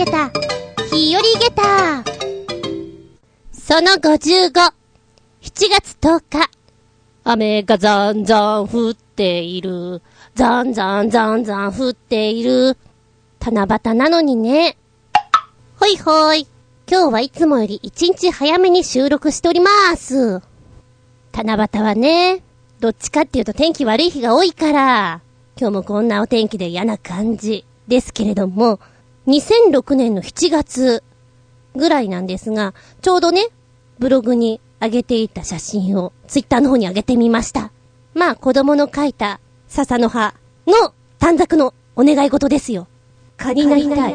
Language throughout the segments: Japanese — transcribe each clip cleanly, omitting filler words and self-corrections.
げた、日和げた。その55、7月10日。雨がざんざん降っている。ざんざんざんざん降っている。七夕なのにね。ほいほい。今日はいつもより1日早めに収録しております。七夕はね、どっちかっていうと天気悪い日が多いから、今日もこんなお天気で嫌な感じですけれども、2006年の7月ぐらいなんですが、ちょうどね、ブログに上げていた写真をツイッターの方に上げてみました。まあ子供の描いた笹の葉の短冊のお願い事ですよ。蚊になりたい。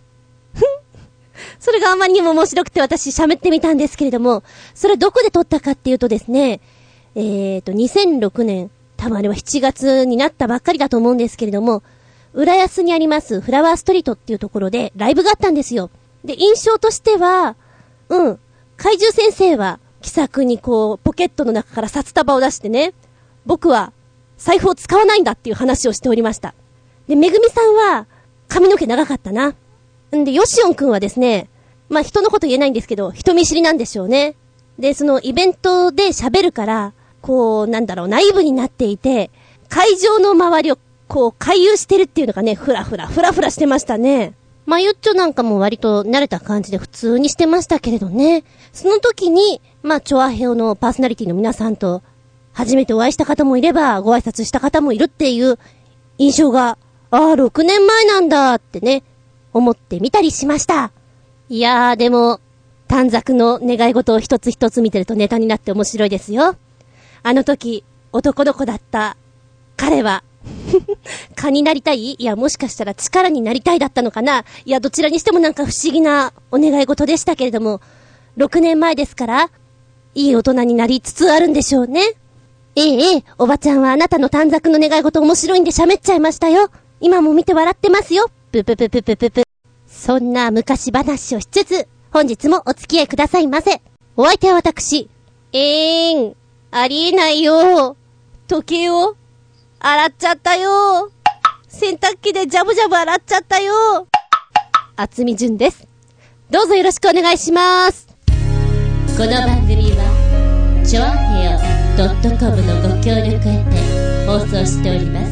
それがあまりにも面白くて私喋ってみたんですけれども、それどこで撮ったかっていうとですね、2006年、多分あれは7月になったばっかりだと思うんですけれども、浦安にありますフラワーストリートっていうところでライブがあったんですよ。で、印象としては、怪獣先生は気さくにこう、ポケットの中から札束を出してね、僕は財布を使わないんだっていう話をしておりました。で、めぐみさんは髪の毛長かったな。んで、ヨシオンくんはですね、まあ、人のこと言えないんですけど、人見知りなんでしょうね。で、そのイベントで喋るから、こう、ナイブになっていて、会場の周りをこう、回遊してるっていうのがね、ふらふらしてましたね。まあ、ゆっちょなんかも割と慣れた感じで普通にしてましたけれどね。その時に、まあ、チョアヘオのパーソナリティの皆さんと、初めてお会いした方もいれば、ご挨拶した方もいるっていう印象が、6年前なんだってね、思ってみたりしました。いやー、でも、短冊の願い事を一つ一つ見てるとネタになって面白いですよ。あの時、男の子だった彼は、蚊になりたい？いや、もしかしたら力になりたいだったのかな？いや、どちらにしてもなんか不思議なお願い事でしたけれども、6年前ですから、いい大人になりつつあるんでしょうね。おばちゃんはあなたの短冊の願い事面白いんで喋っちゃいましたよ。今も見て笑ってますよ。ぷぷぷぷぷぷぷ。そんな昔話をしつつ、本日もお付き合いくださいませ。お相手は私。ありえないよ。時計を洗っちゃったよ。洗濯機でジャブジャブ洗っちゃったよ。厚み純です。どうぞよろしくお願いします。 この番組はちょあへよ .com のご協力へて放送しております。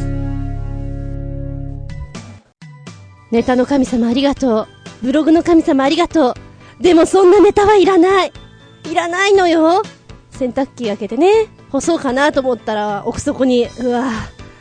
ネタの神様ありがとう。ブログの神様ありがとう。でもそんなネタはいらない。いらないのよ。洗濯機開けてね、干そうかなと思ったら奥底にうわ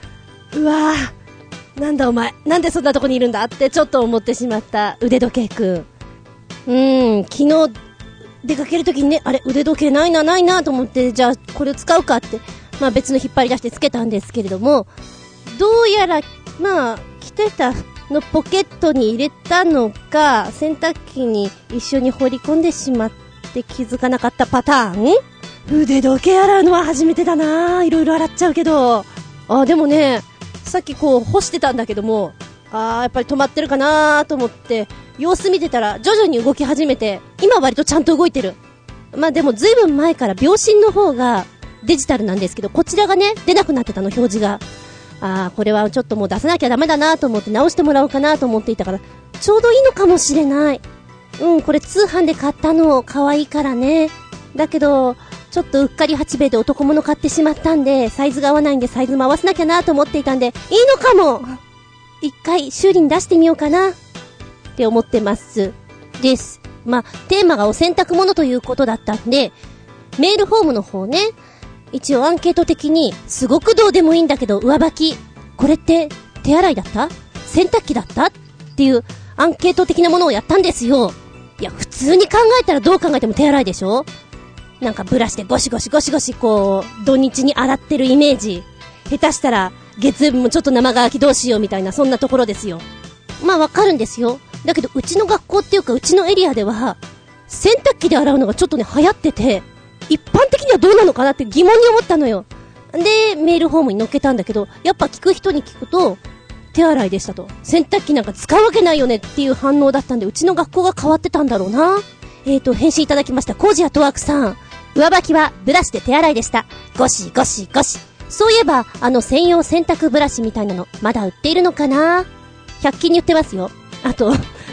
なんだお前、なんでそんなとこにいるんだってちょっと思ってしまった腕時計くん。昨日出かけるときにね、あれ腕時計ないなと思って、じゃあこれを使うかって、まあ別の引っ張り出してつけたんですけれども、どうやらまあ着てたのポケットに入れたのか、洗濯機に一緒に放り込んでしまって気づかなかったパターン。腕時計洗うのは初めてだな。いろいろ洗っちゃうけど、でもね、さっきこう干してたんだけども、やっぱり止まってるかなと思って様子見てたら徐々に動き始めて、今割とちゃんと動いてる。まあでもずいぶん前から秒針の方がデジタルなんですけど、こちらがね出なくなってたの、表示が。これはちょっともう出さなきゃダメだなと思って直してもらおうかなと思っていたから、ちょうどいいのかもしれない。これ通販で買ったの可愛いからね。だけどちょっとうっかり八兵衛で男物買ってしまったんで、サイズが合わないんでサイズも合わせなきゃなと思っていたんで、いいのかも。一回修理に出してみようかなって思ってますです。まあテーマがお洗濯物ということだったんで、メールフォームの方ね、一応アンケート的にすごくどうでもいいんだけど上履き、これって手洗いだった？洗濯機だった？っていうアンケート的なものをやったんですよ。いや普通に考えたらどう考えても手洗いでしょ。なんかブラシでゴシゴシこう土日に洗ってるイメージ。下手したら月曜日もちょっと生乾きどうしようみたいな、そんなところですよ。まあわかるんですよ。だけどうちの学校っていうかうちのエリアでは洗濯機で洗うのがちょっとね流行ってて、一般的にはどうなのかなって疑問に思ったのよ。でメールフォームに載っけたんだけど、やっぱ聞く人に聞くと手洗いでしたと。洗濯機なんか使うわけないよねっていう反応だったんで、うちの学校が変わってたんだろうな。返信いただきました。コージアトワークさん。上履きはブラシで手洗いでした。ゴシゴシゴシ。そういえば専用洗濯ブラシみたいなのまだ売っているのかな。100均に売ってますよ。あと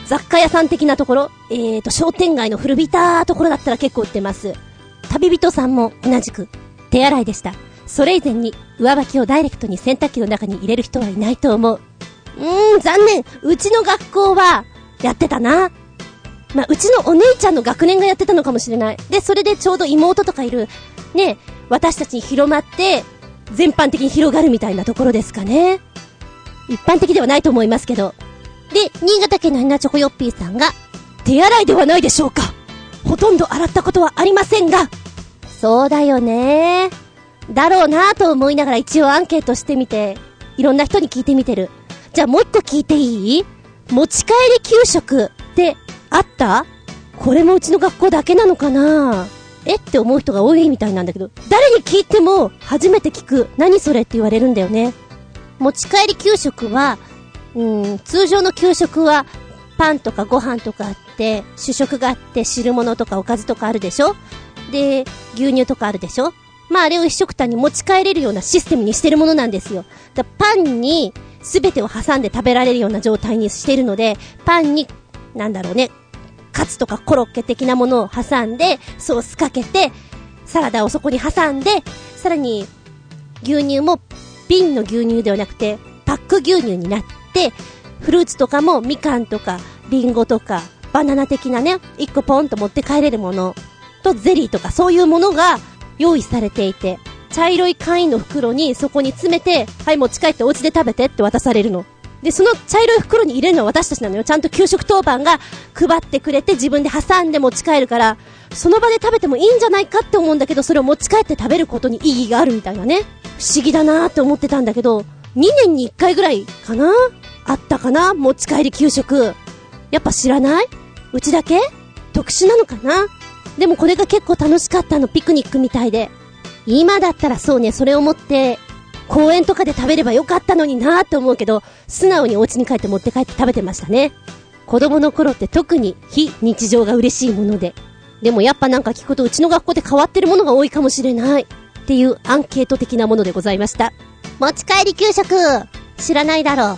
雑貨屋さん的なところ、商店街の古びたところだったら結構売ってます。旅人さんも同じく手洗いでした。それ以前に上履きをダイレクトに洗濯機の中に入れる人はいないと思う。残念。うちの学校はやってたな。うちのお姉ちゃんの学年がやってたのかもしれない。で、それでちょうど妹とかいるね、私たちに広まって全般的に広がるみたいなところですかね。一般的ではないと思いますけど。で、新潟県のひなチョコヨッピーさんが、手洗いではないでしょうか。ほとんど洗ったことはありませんが。そうだよね。だろうなぁと思いながら一応アンケートしてみて、いろんな人に聞いてみてる。じゃあもう一個聞いていい？持ち帰り給食ってあった？これもうちの学校だけなのかな？って思う人が多いみたいなんだけど、誰に聞いても初めて聞く。何それって言われるんだよね。持ち帰り給食は、通常の給食はパンとかご飯とかあって、主食があって汁物とかおかずとかあるでしょ？で、牛乳とかあるでしょ？あれを一食単に持ち帰れるようなシステムにしてるものなんですよ。パンに全てを挟んで食べられるような状態にしてるので、パンに、カツとかコロッケ的なものを挟んで、ソースかけて、サラダをそこに挟んで、さらに牛乳も瓶の牛乳ではなくてパック牛乳になって、フルーツとかもみかんとかリンゴとかバナナ的なね、一個ポンと持って帰れるものとゼリーとかそういうものが用意されていて、茶色い簡易の袋にそこに詰めて、はい持ち帰ってお家で食べてって渡されるので、その茶色い袋に入れるのは私たちなのよ。ちゃんと給食当番が配ってくれて自分で挟んで持ち帰るから、その場で食べてもいいんじゃないかって思うんだけど、それを持ち帰って食べることに意義があるみたいなね。不思議だなーって思ってたんだけど、2年に1回ぐらいかな、あったかな、持ち帰り給食。やっぱ知らない？うちだけ？特殊なのかな。でもこれが結構楽しかったの。ピクニックみたいで。今だったらそうね、それを持って公園とかで食べればよかったのになーって思うけど、素直にお家に帰って持って帰って食べてましたね。子供の頃って特に非日常が嬉しいもので。でもやっぱ聞くとうちの学校で変わってるものが多いかもしれないっていうアンケート的なものでございました。持ち帰り給食知らないだろう。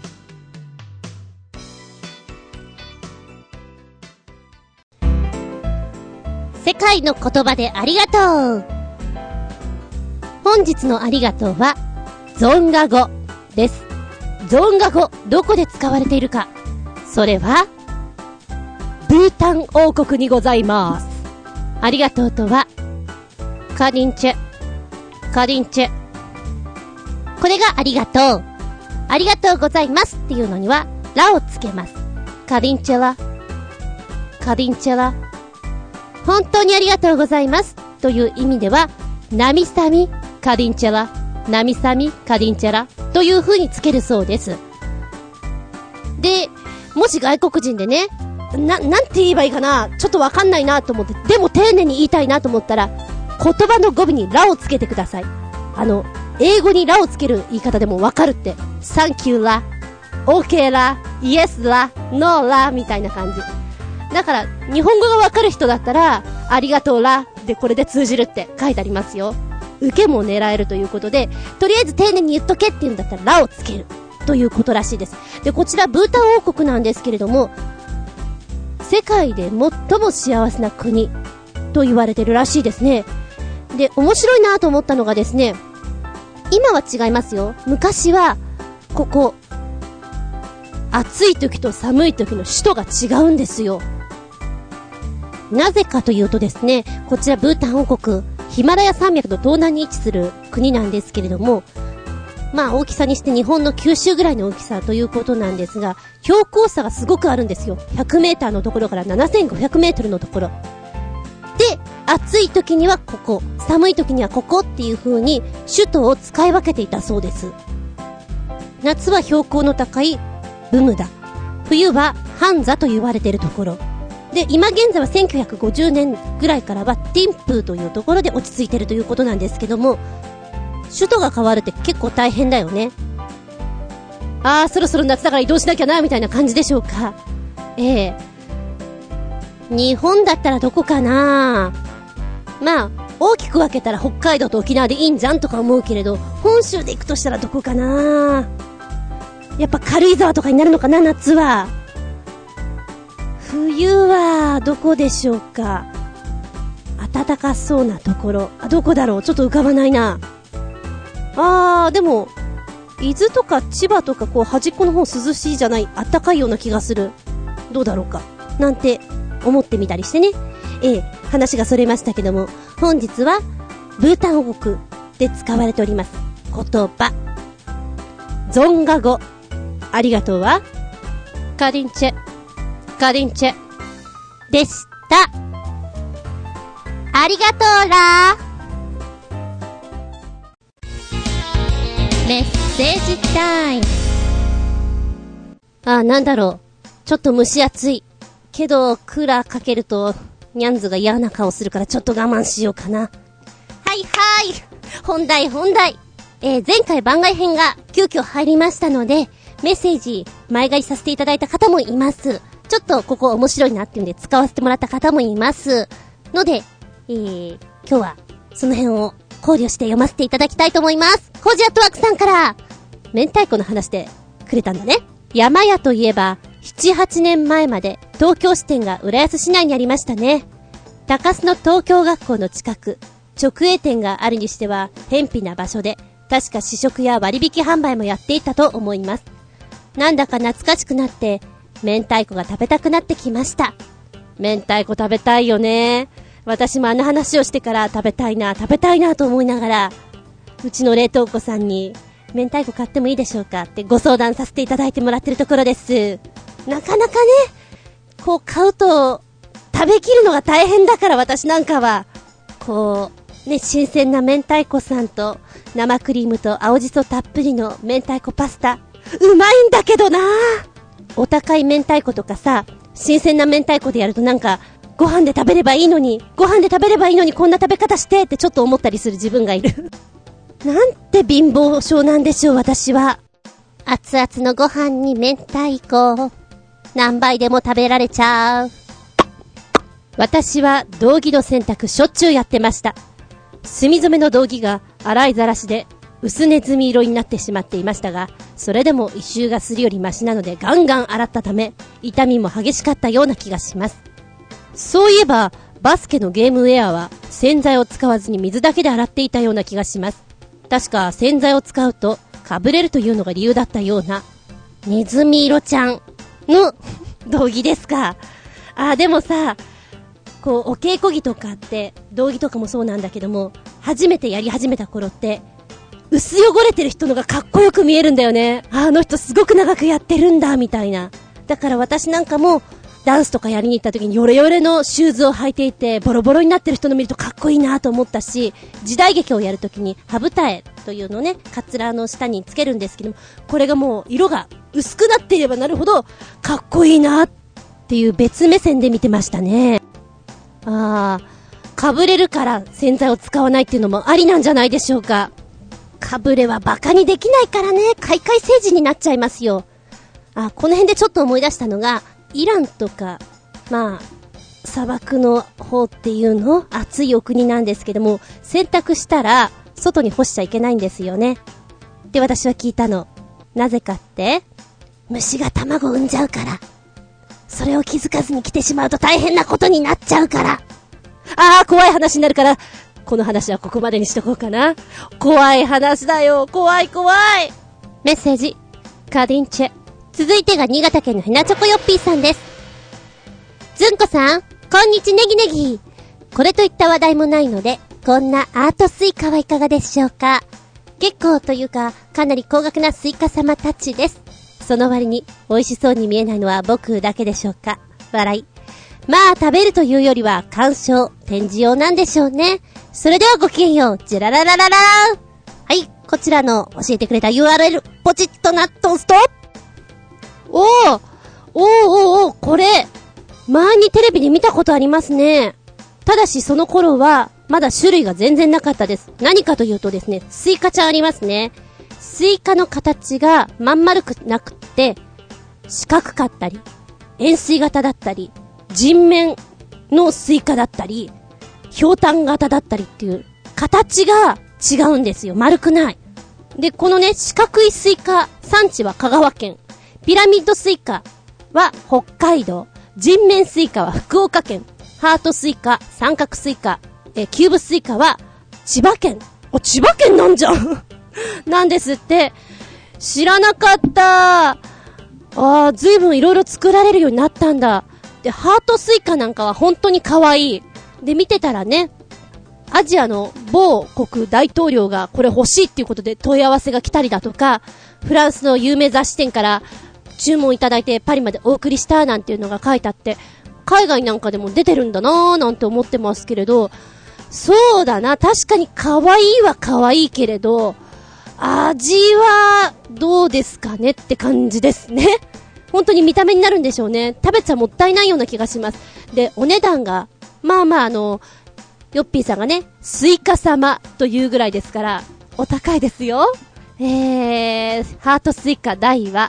世界の言葉でありがとう。本日のありがとうはゾンガ語です。ゾンガ語、どこで使われているか。それはブータン王国にございます。ありがとうとはカディンチェ、カディンチェ、これがありがとう。ありがとうございますっていうのにはラをつけます。カディンチェラ、カディンチェラ、本当にありがとうございますという意味ではナミサミカディンチェラ、ナミサミカディンチェラという風につけるそうです。で、もし外国人でね、なんて言えばいいかな、ちょっとわかんないなと思って、でも丁寧に言いたいなと思ったら、言葉の語尾にラをつけてください。英語にラをつける言い方でもわかるって。サンキューラ、オーケーラ、イエスラ、ノーラみたいな感じ。だから、日本語がわかる人だったら、ありがとうラでこれで通じるって書いてありますよ。受けも狙えるということで、とりあえず丁寧に言っとけって言うんだったらラをつけるということらしいです。で、こちらブータン王国なんですけれども、世界で最も幸せな国と言われてるらしいですね。で、面白いなと思ったのがですね、今は違いますよ。昔はここ暑い時と寒い時の首都が違うんですよ。なぜかというとですね、こちらブータン王国、ヒマラヤ山脈の東南に位置する国なんですけれども、大きさにして日本の九州ぐらいの大きさということなんですが、標高差がすごくあるんですよ。100メーターのところから7500メートルのところで、暑い時にはここ、寒い時にはここっていう風に首都を使い分けていたそうです。夏は標高の高いブムダ、冬はハンザと言われているところで、今現在は1950年ぐらいからはティンプーというところで落ち着いているということなんですけども、首都が変わるって結構大変だよね。そろそろ夏だから移動しなきゃなみたいな感じでしょうか。日本だったらどこかな。大きく分けたら北海道と沖縄でいいんじゃんとか思うけれど、本州で行くとしたらどこかな。やっぱ軽井沢とかになるのかな、夏は。 冬はどこでしょうか。暖かそうなところ。どこだろう、ちょっと浮かばないな。でも伊豆とか千葉とかこう端っこの方涼しいじゃない、暖かいような気がする。どうだろうかなんて思ってみたりしてね。話がそれましたけども、本日はブータン王国で使われております言葉、ゾンガ語、ありがとうはカリンチェでした。 ありがとうら。メッセージタイム。 なんだろう、ちょっと蒸し暑いけどクーラーかけるとニャンズが嫌な顔するからちょっと我慢しようかな。はい本題、前回番外編が急遽入りましたので、メッセージ前借りさせていただいた方もいます。ちょっとここ面白いなっていうんで使わせてもらった方もいますので、今日はその辺を考慮して読ませていただきたいと思います。コージアットワークさんから明太子の話でくれたんだね。山屋といえば 7,8 年前まで東京支店が浦安市内にありましたね。高須の東京学校の近く、直営店があるにしては偏僻な場所で、確か試食や割引販売もやっていたと思います。なんだか懐かしくなって明太子が食べたくなってきました。明太子食べたいよね。私もあの話をしてから食べたいなと思いながら、うちの冷凍庫さんに明太子買ってもいいでしょうかってご相談させていただいてもらってるところです。なかなかね、こう買うと食べきるのが大変だから、私なんかはこうね、新鮮な明太子さんと生クリームと青じそたっぷりの明太子パスタ、うまいんだけどな。お高い明太子とかさ、新鮮な明太子でやるとなんかご飯で食べればいいのにこんな食べ方してってちょっと思ったりする自分がいるなんて貧乏症なんでしょう、私は。 熱々のご飯に明太子、何杯でも食べられちゃう。 私は道着の洗濯しょっちゅうやってました。墨染めの道着が洗いざらしで薄ネズミ色になってしまっていましたが、それでも異臭がするよりマシなのでガンガン洗ったため、痛みも激しかったような気がします。そういえばバスケのゲームウェアは洗剤を使わずに水だけで洗っていたような気がします。確か洗剤を使うとかぶれるというのが理由だったような。ネズミ色ちゃんの道着ですか。でもさ、こうお稽古着とかって道着とかもそうなんだけども、初めてやり始めた頃って薄汚れてる人のがかっこよく見えるんだよね。あの人すごく長くやってるんだみたいな。だから私なんかもダンスとかやりに行った時にヨレヨレのシューズを履いていてボロボロになってる人の見るとかっこいいなと思ったし、時代劇をやる時にハブタエというのね、カツラの下につけるんですけども、これがもう色が薄くなっていればなるほどかっこいいなっていう別目線で見てましたね。かぶれるから洗剤を使わないっていうのもありなんじゃないでしょうか。かぶれはバカにできないからね、開会政治になっちゃいますよ。この辺でちょっと思い出したのが、イランとか砂漠の方っていうの、暑いお国なんですけども、洗濯したら外に干しちゃいけないんですよね。で、私は聞いたの。なぜかって、虫が卵産んじゃうから。それを気づかずに来てしまうと大変なことになっちゃうから。怖い話になるから、この話はここまでにしとこうかな。怖い話だよ、怖い。メッセージカディンチェ。 続いてが新潟県のひなチョコヨッピーさんです。ずんこさん、こんにちネギネギ。これといった話題もないので、こんなアートスイカはいかがでしょうか。結構というか、かなり高額なスイカ様たちです。その割に美味しそうに見えないのは僕だけでしょうか。笑い。食べるというよりは鑑賞、展示用なんでしょうね。それではごきげんよう。ジェラララララー。はい、こちらの教えてくれた URL ポチッとなっとすと、 これ前にテレビで見たことありますね。ただしその頃はまだ種類が全然なかったです。何かというとですね、スイカちゃんありますね。スイカの形がまん丸くなくって四角かったり、円錐型だったり、人面のスイカだったり、ひょうたん型だったりっていう形が違うんですよ。丸くない。で、このね、四角いスイカ、産地は香川県。ピラミッドスイカは北海道。 人面スイカは福岡県、ハートスイカ、三角スイカ、キューブスイカは千葉県。千葉県なんじゃんなんですって。知らなかった。ずいぶんいろいろ作られるようになったんだ。で、ハートスイカなんかは本当に可愛い。で、見てたらね、アジアの某国大統領がこれ欲しいっていうことで問い合わせが来たりだとか、フランスの有名雑誌店から注文いただいてパリまでお送りしたなんていうのが書いてあって、海外なんかでも出てるんだなーなんて思ってますけれど、そうだな、確かに可愛いは可愛いけれど、味はどうですかねって感じですね。本当に見た目になるんでしょうね。食べちゃもったいないような気がします。で、お値段がまあまあヨッピーさんがね、スイカ様というぐらいですからお高いですよ。ハートスイカ大は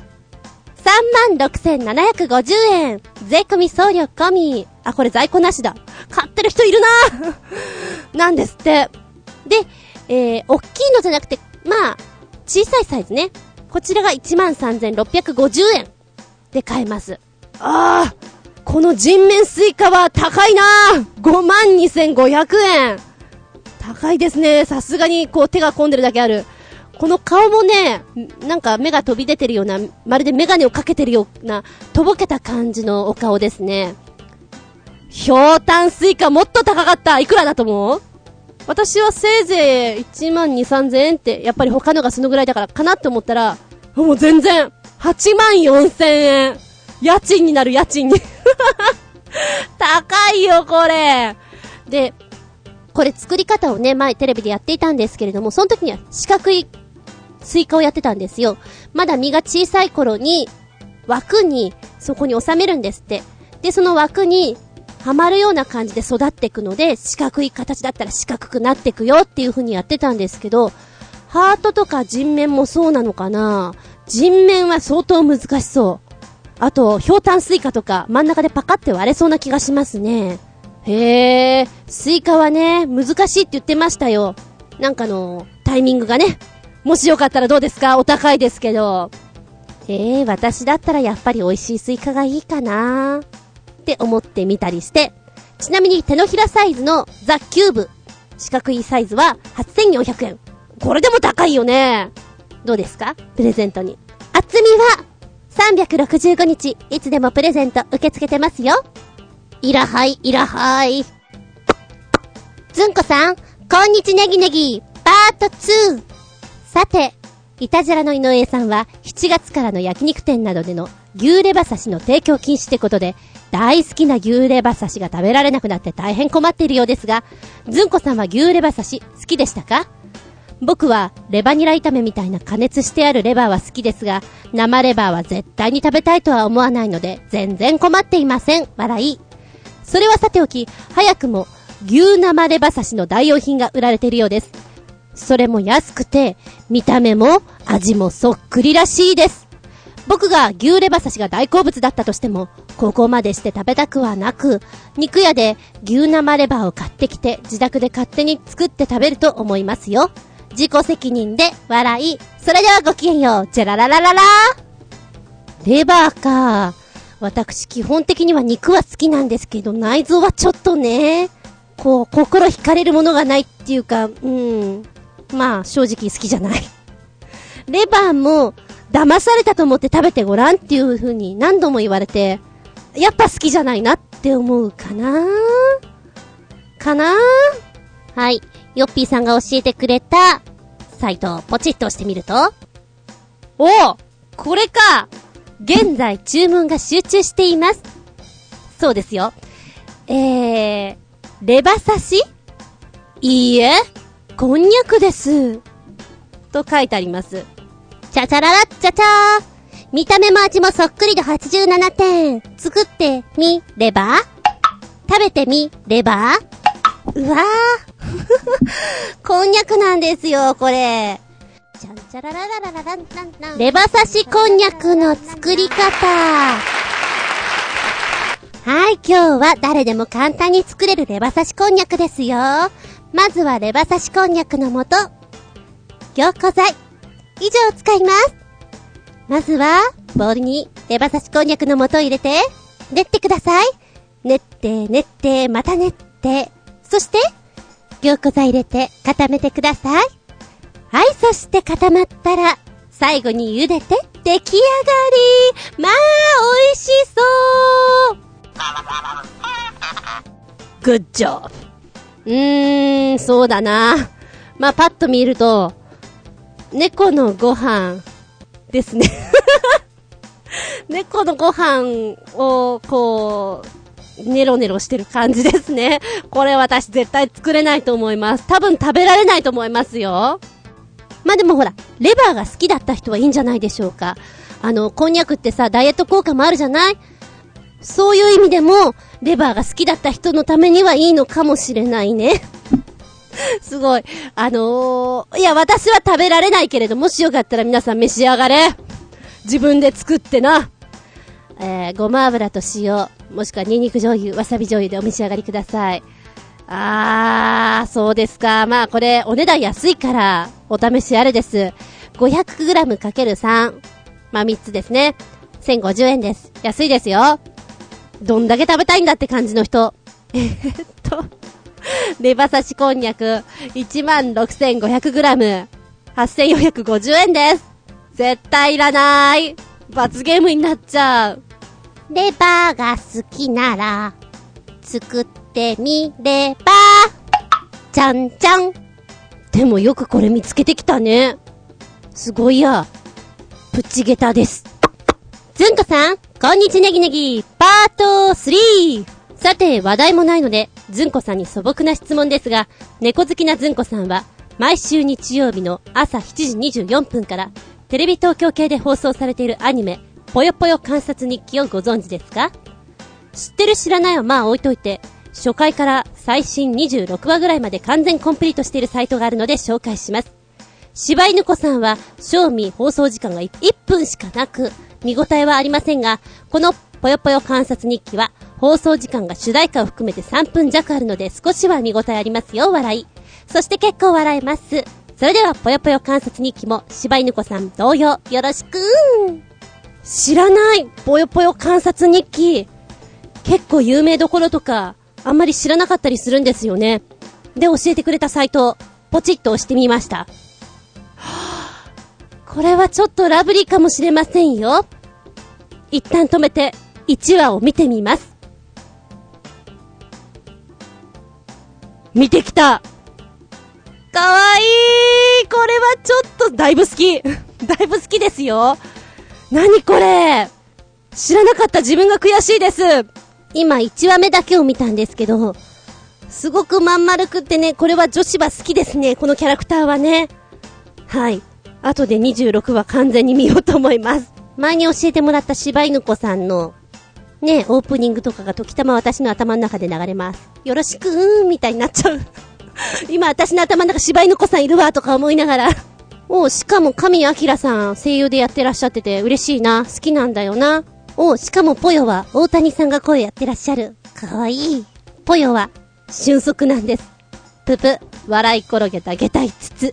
36,750 円、税込み送料込み。これ在庫なしだ。買ってる人いるななんですって。で、大きいのじゃなくて、まあ小さいサイズね、こちらが 13,650 円で買えます。この人面スイカは高いな。 52,500 円。高いですね。さすがにこう手が込んでるだけある。この顔もね、なんか目が飛び出てるような、まるでメガネをかけてるようなとぼけた感じのお顔ですね。ひょうたんスイカもっと高かった。いくらだと思う？私はせいぜい 12,000-13,000 円って、やっぱり他のがそのぐらいだからかなって思ったら、もう全然 84,000 円。家賃になる、家賃に高いよこれ。で、これ作り方をね、前テレビでやっていたんですけれども、その時には四角いスイカをやってたんですよ。まだ実が小さい頃に枠にそこに収めるんですって。で、その枠にはまるような感じで育っていくので、四角い形だったら四角くなっていくよっていう風にやってたんですけど、ハートとか人面もそうなのかな。人面は相当難しそう。あと、ひょうたんスイカとか真ん中でパカって割れそうな気がしますね。スイカはね、難しいって言ってましたよ。なんかタイミングがね。もしよかったらどうですか？お高いですけど。私だったらやっぱり美味しいスイカがいいかなって思ってみたりして。ちなみに手のひらサイズのザ・キューブ、四角いサイズは 8,400 円。これでも高いよね。どうですか？プレゼントに。厚みは365日、いつでもプレゼント受け付けてますよ。いらはい、いらはい。ずんこさん、こんにちネギネギ、パート2。さて、いたじらの井上さんは、7月からの焼肉店などでの牛レバ刺しの提供禁止ってことで、大好きな牛レバ刺しが食べられなくなって大変困っているようですが、ずんこさんは牛レバ刺し好きでしたか？僕はレバニラ炒めみたいな加熱してあるレバーは好きですが、生レバーは絶対に食べたいとは思わないので全然困っていません。笑い。それはさておき、早くも牛生レバ刺しの代用品が売られているようです。それも安くて見た目も味もそっくりらしいです。僕が牛レバ刺しが大好物だったとしても、ここまでして食べたくはなく、肉屋で牛生レバーを買ってきて自宅で勝手に作って食べると思いますよ。自己責任で笑い。それではごきげんよう。ジェラララララ。レバーか。私基本的には肉は好きなんですけど、内臓はちょっとね、心惹かれるものがないっていうか、まあ正直好きじゃない。レバーも騙されたと思って食べてごらんっていう風に何度も言われて、やっぱ好きじゃないなって思うかな。はい。ヨッピーさんが教えてくれたサイトをポチッと押してみると、これか。現在注文が集中しています。そうですよ。レバ刺し？いいえ、こんにゃくです。と書いてあります。チャチャララッチャチャー。見た目も味もそっくりで87点。作ってみれば？食べてみれば？うわー。こんにゃくなんですよ、これ。レバ刺しこんにゃくの作り方。はい、今日は誰でも簡単に作れるレバ刺しこんにゃくですよ。まずはレバ刺しこんにゃくの素、凝固剤以上を使います。まずはボウルにレバ刺しこんにゃくの素を入れて、 練ってください。練って、また練って。そして、凝固剤入れて固めてください。はい、そして固まったら、最後に茹でて出来上がり。まあ、美味しそう。 グッジョブ。そうだな。まあ、パッと見ると、猫のご飯ですね。猫のご飯を、こう、ネロネロしてる感じですね。これ私絶対作れないと思います。多分食べられないと思いますよ。まあ、でもほら、レバーが好きだった人はいいんじゃないでしょうか。こんにゃくってさ、ダイエット効果もあるじゃない？そういう意味でも、レバーが好きだった人のためにはいいのかもしれないね。すごい。いや、私は食べられないけれど、もしよかったら皆さん召し上がれ。自分で作ってな。ごま油と塩、もしくはニンニク醤油、わさび醤油でお召し上がりください。そうですか。まあこれ、お値段安いから、お試しあれです。500g×3。まあ3つですね。1050円です。安いですよ。どんだけ食べたいんだって感じの人。レバ刺しこんにゃく 16,500g 8,450円です。絶対いらない。罰ゲームになっちゃう。 レバーが好きなら作ってみれば。じゃんじゃん。 でもよくこれ見つけてきたね。すごいや。プチゲタです。 ずんこさん、こんにちネギネギパート3。 さて、話題もないのでずんこさんに素朴な質問ですが、猫好きなずんこさんは毎週日曜日の朝7時24分からテレビ東京系で放送されているアニメぽよぽよ観察日記をご存知ですか？知ってる知らないはまあ置いといて、初回から最新26話ぐらいまで完全コンプリートしているサイトがあるので紹介します。柴犬子さんは賞味放送時間が1分しかなく見応えはありませんが、このぽよぽよ観察日記は放送時間が主題歌を含めて3分弱あるので少しは見応えありますよ。笑い、そして結構笑えます。それではぽよぽよ観察日記も柴犬子さん同様よろしく。知らないぽよぽよ観察日記、結構有名どころとかあんまり知らなかったりするんですよね。で、教えてくれたサイトポチッと押してみました。これはちょっとラブリーかもしれませんよ。一旦止めて1話を見てみます。見てきた。かわいい。これはちょっとだいぶ好き。だいぶ好きですよ。何これ。知らなかった。自分が悔しいです。今1話目だけを見たんですけど、すごくまん丸くってね、これは女子は好きですね。このキャラクターはね。はい。後で26話完全に見ようと思います。前に教えてもらった柴犬子さんのね、オープニングとかが時たま私の頭の中で流れます。よろしくみたいになっちゃう。今私の頭の中柴犬子さんいるわとか思いながら。しかも神谷明さん声優でやってらっしゃってて嬉しいな。好きなんだよな。しかもぽよは大谷さんが声やってらっしゃる。かわいい。ぽよは俊足なんです。ぷぷ、笑い転げた下体つつ。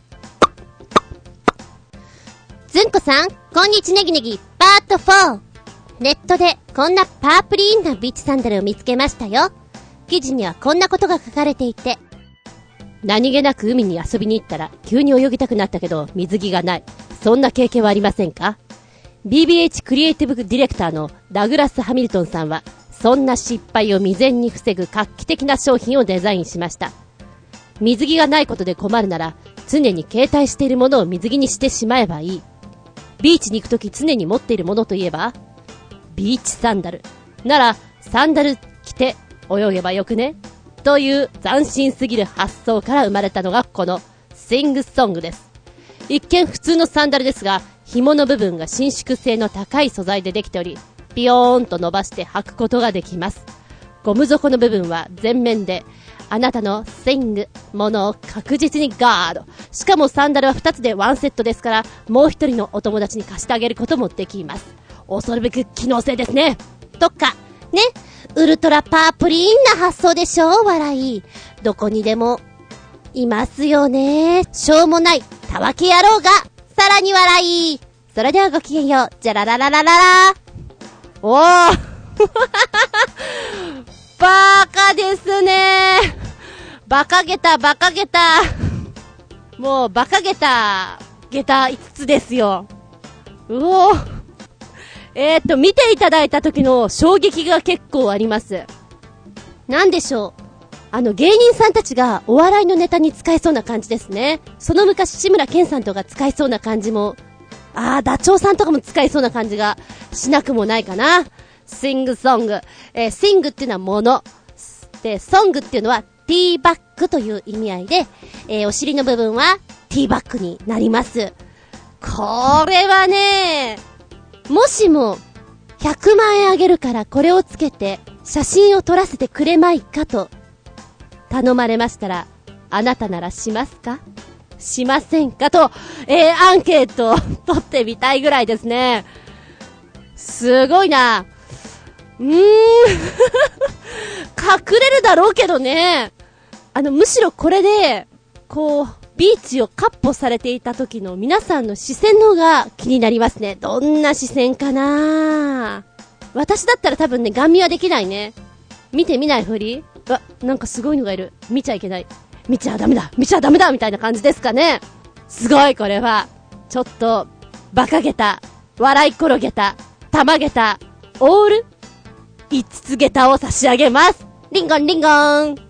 ずんこさん、こんにちネギネギパート4。ネットでこんなパープリーンなビーチサンダルを見つけましたよ。記事にはこんなことが書かれていて、 何気なく海に遊びに行ったら急に泳ぎたくなったけど水着がない。そんな経験はありませんか？ BBH クリエイティブディレクターのダグラス・ハミルトンさんはそんな失敗を未然に防ぐ画期的な商品をデザインしました。水着がないことで困るなら常に携帯しているものを水着にしてしまえばいい。ビーチに行くとき常に持っているものといえばビーチサンダルならサンダル着て泳げばよくねという斬新すぎる発想から生まれたのがこのシングソングです。一見普通のサンダルですが、紐の部分が伸縮性の高い素材でできており、ピヨーンと伸ばして履くことができます。ゴム底の部分は全面であなたのシングものを確実にガード。しかもサンダルは2つでワンセットですから、もう一人のお友達に貸してあげることもできます。恐るべき機能性ですね。 とかね、ウルトラパープリーンな発想でしょ。笑い、どこにでもいますよね。しょうもないたわけ野郎がさらに笑い。それではごきげんよう。じゃらららららら。 おーバカですね。バカげた。もうバカげた下駄5つですよ。うおー。見ていただいた時の衝撃が結構あります。なんでしょう。芸人さんたちがお笑いのネタに使えそうな感じですね。その昔志村けんさんとか使えそうな感じも、ダチョウさんとかも使えそうな感じがしなくもないかな。シングソング。シングっていうのはもの。で、ソングっていうのはティーバッグという意味合いで、お尻の部分はティーバッグになります。これはね、もしも100万円あげるからこれをつけて写真を撮らせてくれまいかと頼まれましたら、あなたならしますか？しませんかと、アンケートを取ってみたいぐらいですね。すごいな。隠れるだろうけどね。むしろこれでこうビーチをカッポされていた時の皆さんの視線の方が気になりますね。どんな視線かな。私だったら多分ね、ガン見はできないね。見てみないふり。なんかすごいのがいる。見ちゃいけない。見ちゃダメだみたいな感じですかね。すごい。これはちょっとバカげた、笑い転げた、たまげた、オール5つげたを差し上げます。リンゴンリンゴン。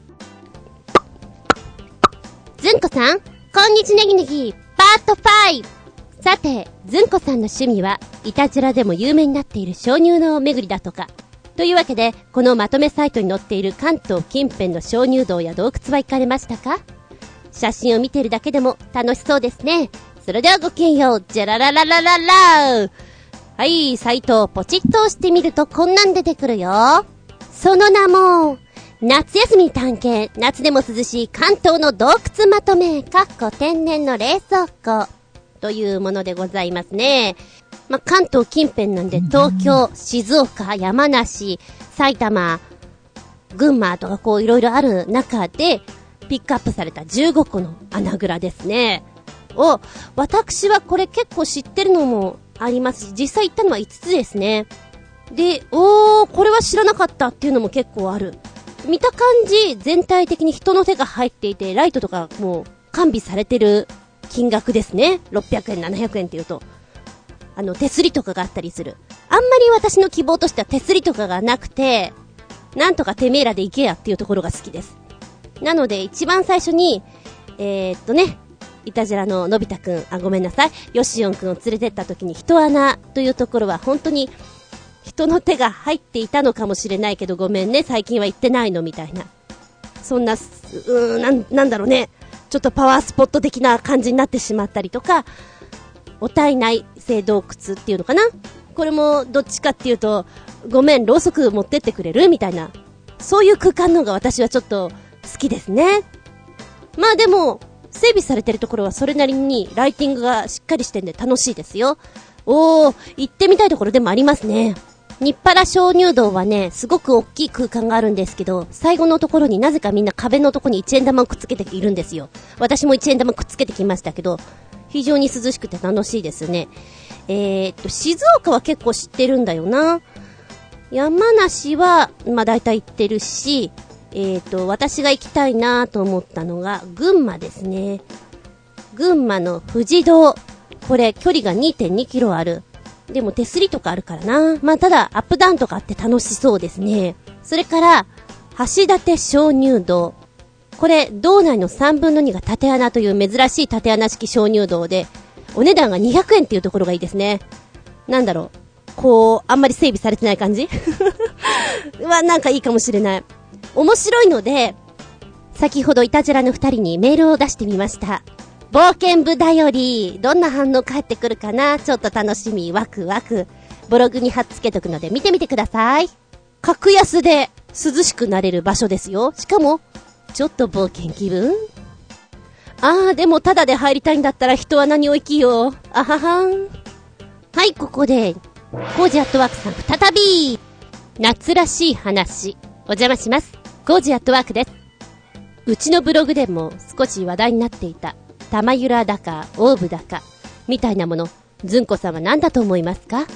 ずんこさん、こんにちネギネギパート5。さて、ずんこさんの趣味はいたじらでも有名になっている鍾乳洞巡りだとか。というわけで、このまとめサイトに載っている関東近辺の鍾乳洞や洞窟は行かれましたか？写真を見ているだけでも楽しそうですね。それではごきげんよう。じゃらららららら。はい、サイトをポチッと押してみるとこんなん出てくるよ。その名も、夏休み探検、夏でも涼しい関東の洞窟まとめ、天然の冷蔵庫というものでございますね。関東近辺なんで、東京、静岡、山梨、埼玉、群馬とかこういろいろある中で、ピックアップされた15個の穴蔵ですね。私はこれ結構知ってるのもありますし、実際行ったのは5つですね。で、これは知らなかったっていうのも結構ある。見た感じ、全体的に人の手が入っていて、ライトとかもう完備されてる金額ですね。600円、700円っていうと。手すりとかがあったりする。あんまり私の希望としては手すりとかがなくて、なんとかてめえらで行けやっていうところが好きです。なので、一番最初に、いたじらののび太くん、ごめんなさい、よしおんくんを連れてった時に、人穴というところは本当に人の手が入っていたのかもしれないけど、ごめんね、最近は行ってないのみたいな。そんな、なんだろうね、ちょっとパワースポット的な感じになってしまったりとか、お体内性洞窟っていうのかな、これもどっちかっていうと、ごめん、ろうそく持ってってくれるみたいな、そういう空間の方が私はちょっと好きですね。でも整備されてるところはそれなりにライティングがしっかりしてんで楽しいですよ。行ってみたいところでもありますね。日原鍾乳洞はね、すごく大きい空間があるんですけど、最後のところになぜかみんな壁のところに1円玉をくっつけているんですよ。私も1円玉くっつけてきましたけど、非常に涼しくて楽しいですね。静岡は結構知ってるんだよな。山梨はだいたい行ってるし、私が行きたいなと思ったのが群馬ですね。群馬の富士洞、これ距離が 2.2 キロある。でも手すりとかあるからな。ただアップダウンとかあって楽しそうですね。それから橋立鍾乳洞、これ道内の3分の2が縦穴という珍しい縦穴式鍾乳洞で、お値段が200円っていうところがいいですね。なんだろう、あんまり整備されてない感じなんかいいかもしれない。面白いので、先ほどいたじらの2人にメールを出してみました。冒険部だより、どんな反応返ってくるかな、ちょっと楽しみ、ワクワク。ブログに貼っつけとくので見てみてください。格安で涼しくなれる場所ですよ。しかもちょっと冒険気分。でもタダで入りたいんだったら人は何を生きよう。あははん。はい、ここでコージアットワークさん再び夏らしい話お邪魔します。コージアットワークです。うちのブログでも少し話題になっていた玉ゆらだかオーブだかみたいなもの、ずんこさんは何だと思いますか？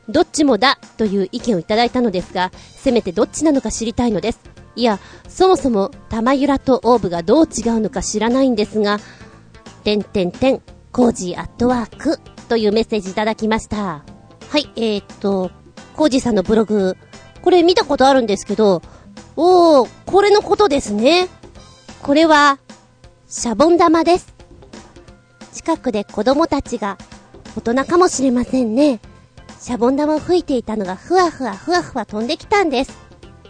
どっちもだという意見をいただいたのですが、せめてどっちなのか知りたいのです。いや、そもそも玉ゆらとオーブがどう違うのか知らないんですが、コージーアットワークというメッセージいただきました。はい、コージーさんのブログ、これ見たことあるんですけど、これのことですね。これはシャボン玉です。近くで子供たちが大人かもしれませんね。シャボン玉を吹いていたのがふわふわ飛んできたんです。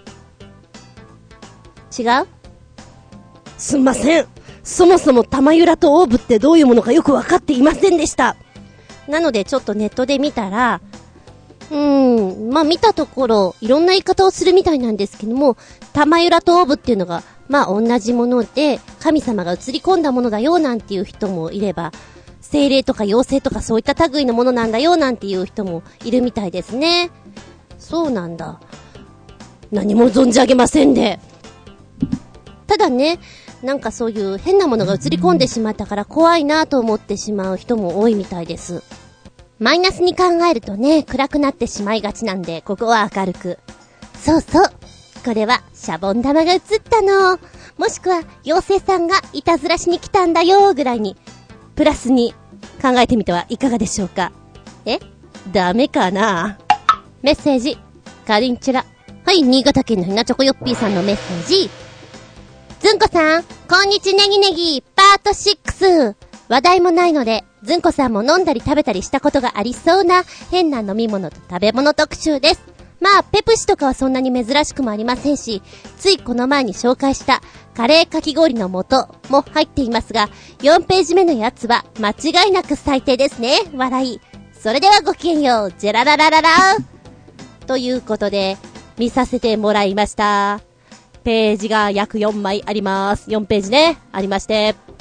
違う？すんません。そもそも玉ゆらとオーブってどういうものかよくわかっていませんでした。なのでちょっとネットで見たら、見たところいろんな言い方をするみたいなんですけども、玉ゆらとオーブっていうのが同じもので神様が映り込んだものだよなんていう人もいれば、精霊とか妖精とかそういった類のものなんだよなんていう人もいるみたいですね。そうなんだ。何も存じ上げませんで。ただね、なんかそういう変なものが映り込んでしまったから怖いなと思ってしまう人も多いみたいです。マイナスに考えるとね、暗くなってしまいがちなんで、ここは明るく。そうそう。これはシャボン玉が映ったの。もしくは妖精さんがいたずらしに来たんだよぐらいに、プラスに考えてみてはいかがでしょうか。ダメかな。メッセージ、カリンチュラ。はい、新潟県のひなちょこよっぴーさんのメッセージ。ずんこさん、こんにちネギネギ、パート6。話題もないので、ずんこさんも飲んだり食べたりしたことがありそうな変な飲み物と食べ物特集です。ペプシとかはそんなに珍しくもありませんし、ついこの前に紹介したカレーかき氷の素も入っていますが、4ページ目のやつは間違いなく最低ですね。笑い。それではごきげんよう、ジェラララララということで、見させてもらいました。ページが約4枚あります。4ページね、ありまして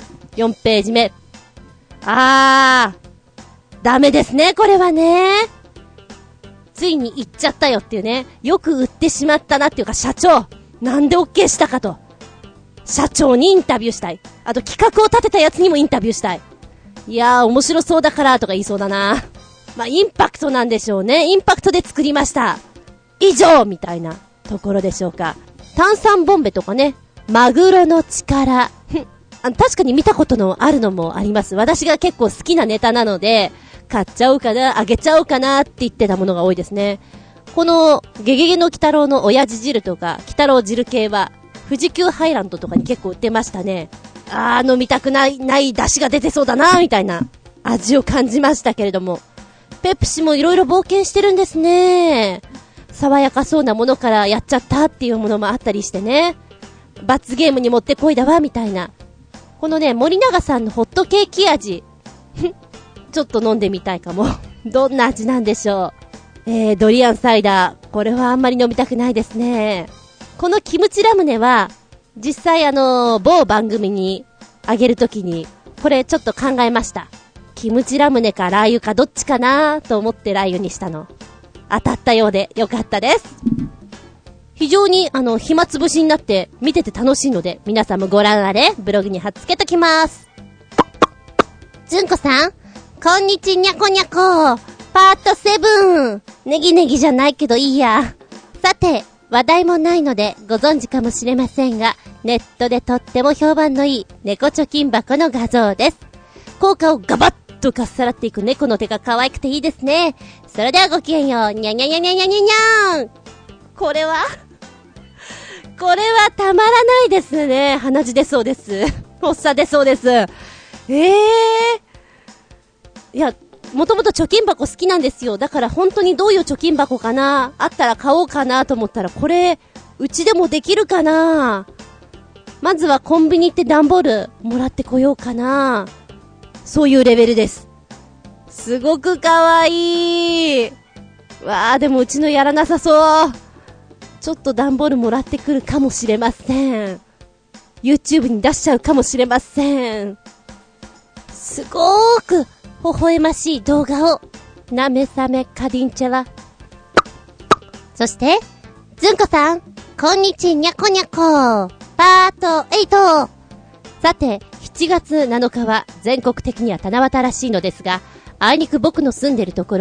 。4ページ目。ダメですね、これはね。ついに言っちゃったよっていうね。よく売ってしまったなっていうか、社長、なんで OK したかと。社長にインタビューしたい。あと企画を立てたやつにもインタビューしたい。いやー、面白そうだからとか言いそうだな。インパクトなんでしょうね。インパクトで作りました。以上みたいなところでしょうか。炭酸ボンベとかね、マグロの力。確かに見たことのあるのもあります。私が結構好きなネタなので、買っちゃおうかな、あげちゃおうかなって言ってたものが多いですね。このゲゲゲの鬼太郎の親父汁とか、鬼太郎汁系は富士急ハイランドとかに結構売ってましたね。飲みたくない出汁が出てそうだなみたいな味を感じましたけれども、ペプシもいろいろ冒険してるんですね。爽やかそうなものからやっちゃったっていうものもあったりしてね。罰ゲームに持ってこいだわみたいな。このね、森永さんのホットケーキ味ちょっと飲んでみたいかも。どんな味なんでしょう。ドリアンサイダー、これはあんまり飲みたくないですね。このキムチラムネは実際某番組にあげるときにこれちょっと考えました。キムチラムネかラー油かどっちかなと思ってラー油にしたの。当たったようでよかったです。非常に暇つぶしになって見てて楽しいので、皆さんもご覧あれ。ブログに貼っつけときます。ずんこさん、こんにちにゃこにゃこ、パート7。ネギネギじゃないけどいいや。さて、話題もないのでご存知かもしれませんが、ネットでとっても評判のいい猫貯金箱の画像です。効果をガバッとかっさらっていく猫の手が可愛くていいですね。それではごきげんよう、にゃにゃにゃにゃにゃにゃにゃーん。これはたまらないですね。鼻血出そうです。発作出そうです。いや、もともと貯金箱好きなんですよ。だから本当にどういう貯金箱かな、あったら買おうかなと思ったら、これうちでもできるかな。まずはコンビニ行って段ボールもらってこようかな。そういうレベルです。すごくかわいい。わー、でもうちのやらなさそう。ちょっと段ボールもらってくるかもしれません。 YouTube に出しちゃうかもしれません。すごーく微笑ましい動画をなめさめかりんちゃら。そしてずんこさん、こんにちにゃこにゃこ、パート8。さて、7月7日は全国的には七夕らしいのですが、あいにく僕の住んでるところは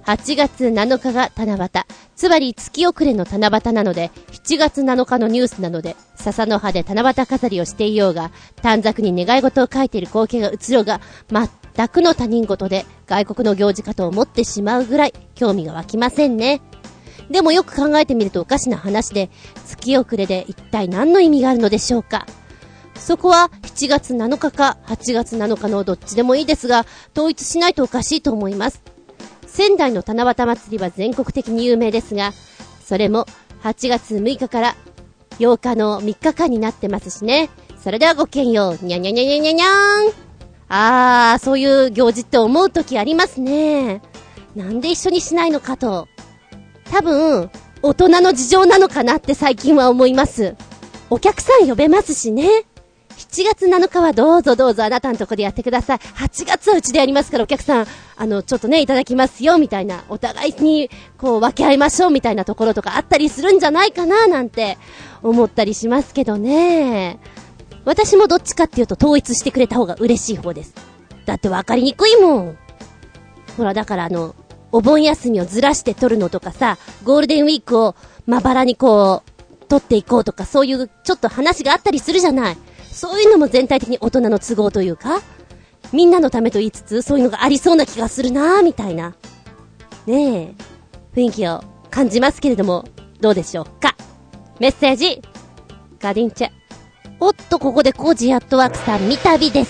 8月7日が七夕。つまり月遅れの七夕なので、7月7日のニュースなので、笹の葉で七夕飾りをしていようが、短冊に願い事を書いている光景が映ろうが、全くの他人事で外国の行事かと思ってしまうぐらい興味が湧きませんね。でもよく考えてみるとおかしな話で、月遅れで一体何の意味があるのでしょうか。そこは7月7日か8月7日のどっちでもいいですが、統一しないとおかしいと思います。仙台の七夕祭りは全国的に有名ですが、それも8月6日から8日の3日間になってますしね。それではごきげんよう。にゃにゃにゃにゃにゃにゃーん。そういう行事って思うときありますね。なんで一緒にしないのかと。多分大人の事情なのかなって最近は思います。お客さん呼べますしね。7月7日はどうぞどうぞあなたのとこでやってください。8月はうちでやりますからお客さん、ちょっとね、いただきますよ、みたいな。お互いに、分け合いましょう、みたいなところとかあったりするんじゃないかな、なんて思ったりしますけどね。私もどっちかっていうと統一してくれた方が嬉しい方です。だって分かりにくいもん。ほら、だからお盆休みをずらして取るのとかさ、ゴールデンウィークをまばらに取っていこうとか、そういうちょっと話があったりするじゃない。そういうのも全体的に大人の都合というか、みんなのためと言いつつ、そういうのがありそうな気がするなぁ、みたいな。ねえ、雰囲気を感じますけれども、どうでしょうか。メッセージ、ガディンチェ。おっと、ここでコージーアットワークさん、三旅です。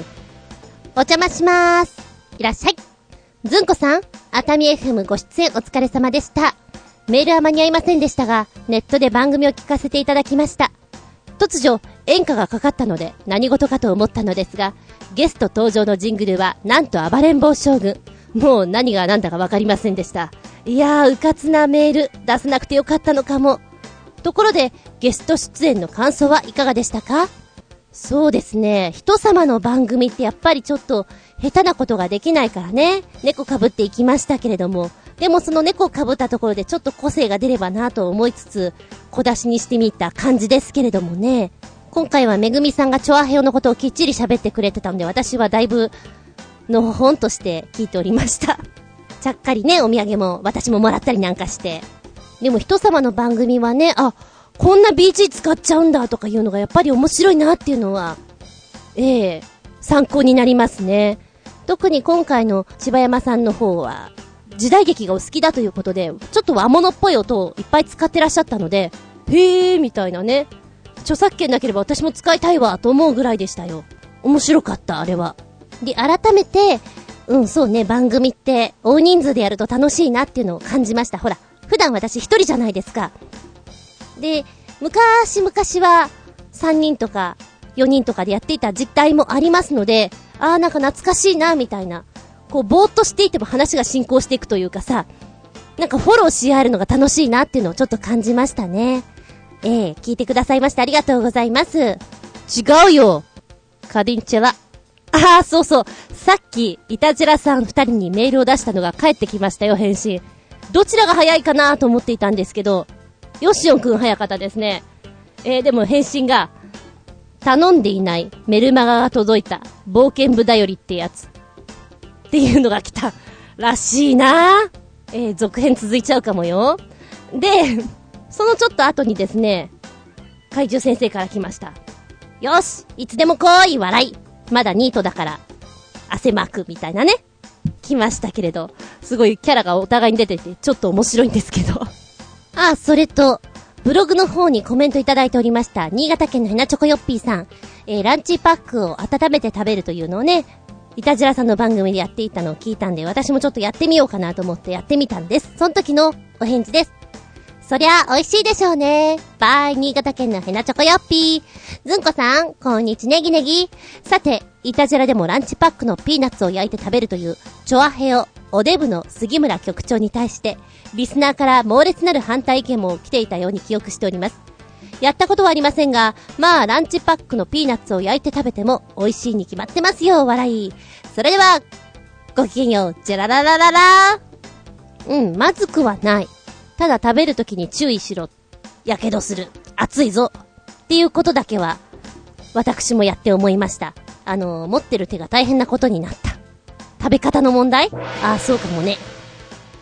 お邪魔しまーす。いらっしゃい。ずんこさん、熱海 FM ご出演お疲れ様でした。メールは間に合いませんでしたが、ネットで番組を聞かせていただきました。突如演歌がかかったので何事かと思ったのですが、ゲスト登場のジングルはなんと暴れん坊将軍。もう何が何だか分かりませんでした。いやー、うかつなメール出さなくてよかったのかも。ところでゲスト出演の感想はいかがでしたか？そうですね、人様の番組ってやっぱりちょっと下手なことができないからね、猫被っていきましたけれども、でもその猫を被ったところでちょっと個性が出ればなと思いつつ小出しにしてみた感じですけれどもね。今回はめぐみさんがチョアヘヨのことをきっちり喋ってくれてたので、私はだいぶのほほんとして聞いておりました。ちゃっかりね、お土産も私ももらったりなんかして。でも人様の番組はね、こんな BG 使っちゃうんだとかいうのがやっぱり面白いなっていうのは参考になりますね。特に今回の柴山さんの方は時代劇がお好きだということで、ちょっと和物っぽい音をいっぱい使ってらっしゃったので、へーみたいなね、著作権なければ私も使いたいわと思うぐらいでしたよ。面白かった、あれは。で、改めてそうね、番組って大人数でやると楽しいなっていうのを感じました。ほら、普段私一人じゃないですか。で、昔々は3人とか4人とかでやっていた実態もありますので、なんか懐かしいなみたいな、ぼーっとしていても話が進行していくというかさ、なんかフォローし合えるのが楽しいなっていうのをちょっと感じましたね。聞いてくださいましてありがとうございます。違うよ、カディンチェは。そうそう、さっきイタジラさん2人にメールを出したのが返ってきましたよ、返信。どちらが早いかなと思っていたんですけど、ヨシオンくん早かったですね。でも返信が、頼んでいないメルマガが届いた冒険部だよりってやつっていうのが来たらしいな。続編続いちゃうかもよ。で、そのちょっと後にですね、怪獣先生から来ました。よし、いつでも来い、笑い。まだニートだから汗まくみたいなね、来ましたけれど、すごいキャラがお互いに出ててちょっと面白いんですけどそれとブログの方にコメントいただいておりました。新潟県のヘナチョコヨッピーさん、ランチパックを温めて食べるというのをね、イタジラさんの番組でやっていたのを聞いたんで、私もちょっとやってみようかなと思ってやってみたんです。その時のお返事です。そりゃ美味しいでしょうね。バイ、新潟県のヘナチョコヨッピー。ずんこさん、こんにちネギネギ。さて、イタジラでもランチパックのピーナッツを焼いて食べるというチョアヘオおデブの杉村局長に対してリスナーから猛烈なる反対意見も来ていたように記憶しております。やったことはありませんが、まあランチパックのピーナッツを焼いて食べても美味しいに決まってますよ、笑い。それではごきげんよう、ジェラララララ。まずくはない。ただ食べるときに注意しろ、やけどする、熱いぞっていうことだけは私もやって思いました。持ってる手が大変なことになった。食べ方の問題？そうかもね。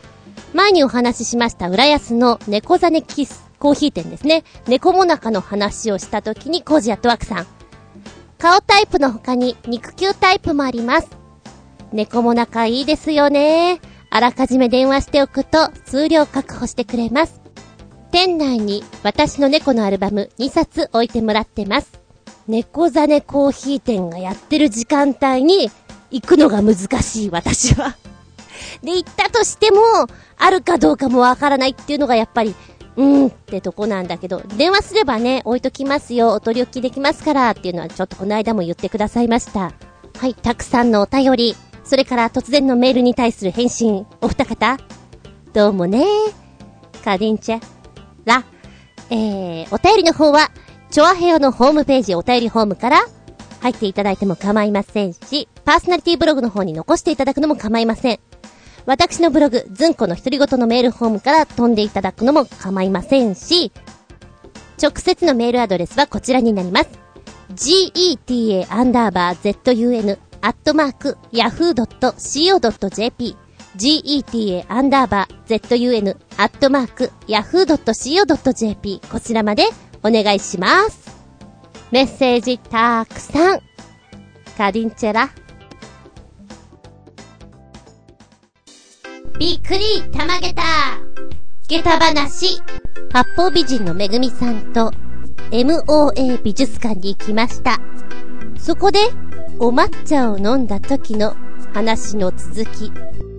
前にお話ししました浦安の猫ザネキスコーヒー店ですね。猫もなかの話をした時にコージアットワークさん。顔タイプの他に肉球タイプもあります。猫もなかいいですよね。あらかじめ電話しておくと数量確保してくれます。店内に私の猫のアルバム2冊置いてもらってます。猫ザネコーヒー店がやってる時間帯に行くのが難しい私は。で、行ったとしてもあるかどうかもわからないっていうのがやっぱりってとこなんだけど、電話すればね、置いときますよ、お取り置きできますからっていうのはちょっとこの間も言ってくださいました。はい、たくさんのお便り、それから突然のメールに対する返信、お二方どうもね。カディンチェら、お便りの方はチョアヘヨのホームページお便りホームから入っていただいても構いませんし、パーソナリティブログの方に残していただくのも構いません。私のブログ、ずんこの独り言のメールフォームから飛んでいただくのも構いませんし、直接のメールアドレスはこちらになります。geta_zun@yahoo.co.jp geta_zun@yahoo.co.jp こちらまでお願いします。メッセージたくさん。カディンチェラ。びっくりたまげた下駄話。八方美人のめぐみさんと MOA 美術館に行きました。そこでお抹茶を飲んだ時の話の続き。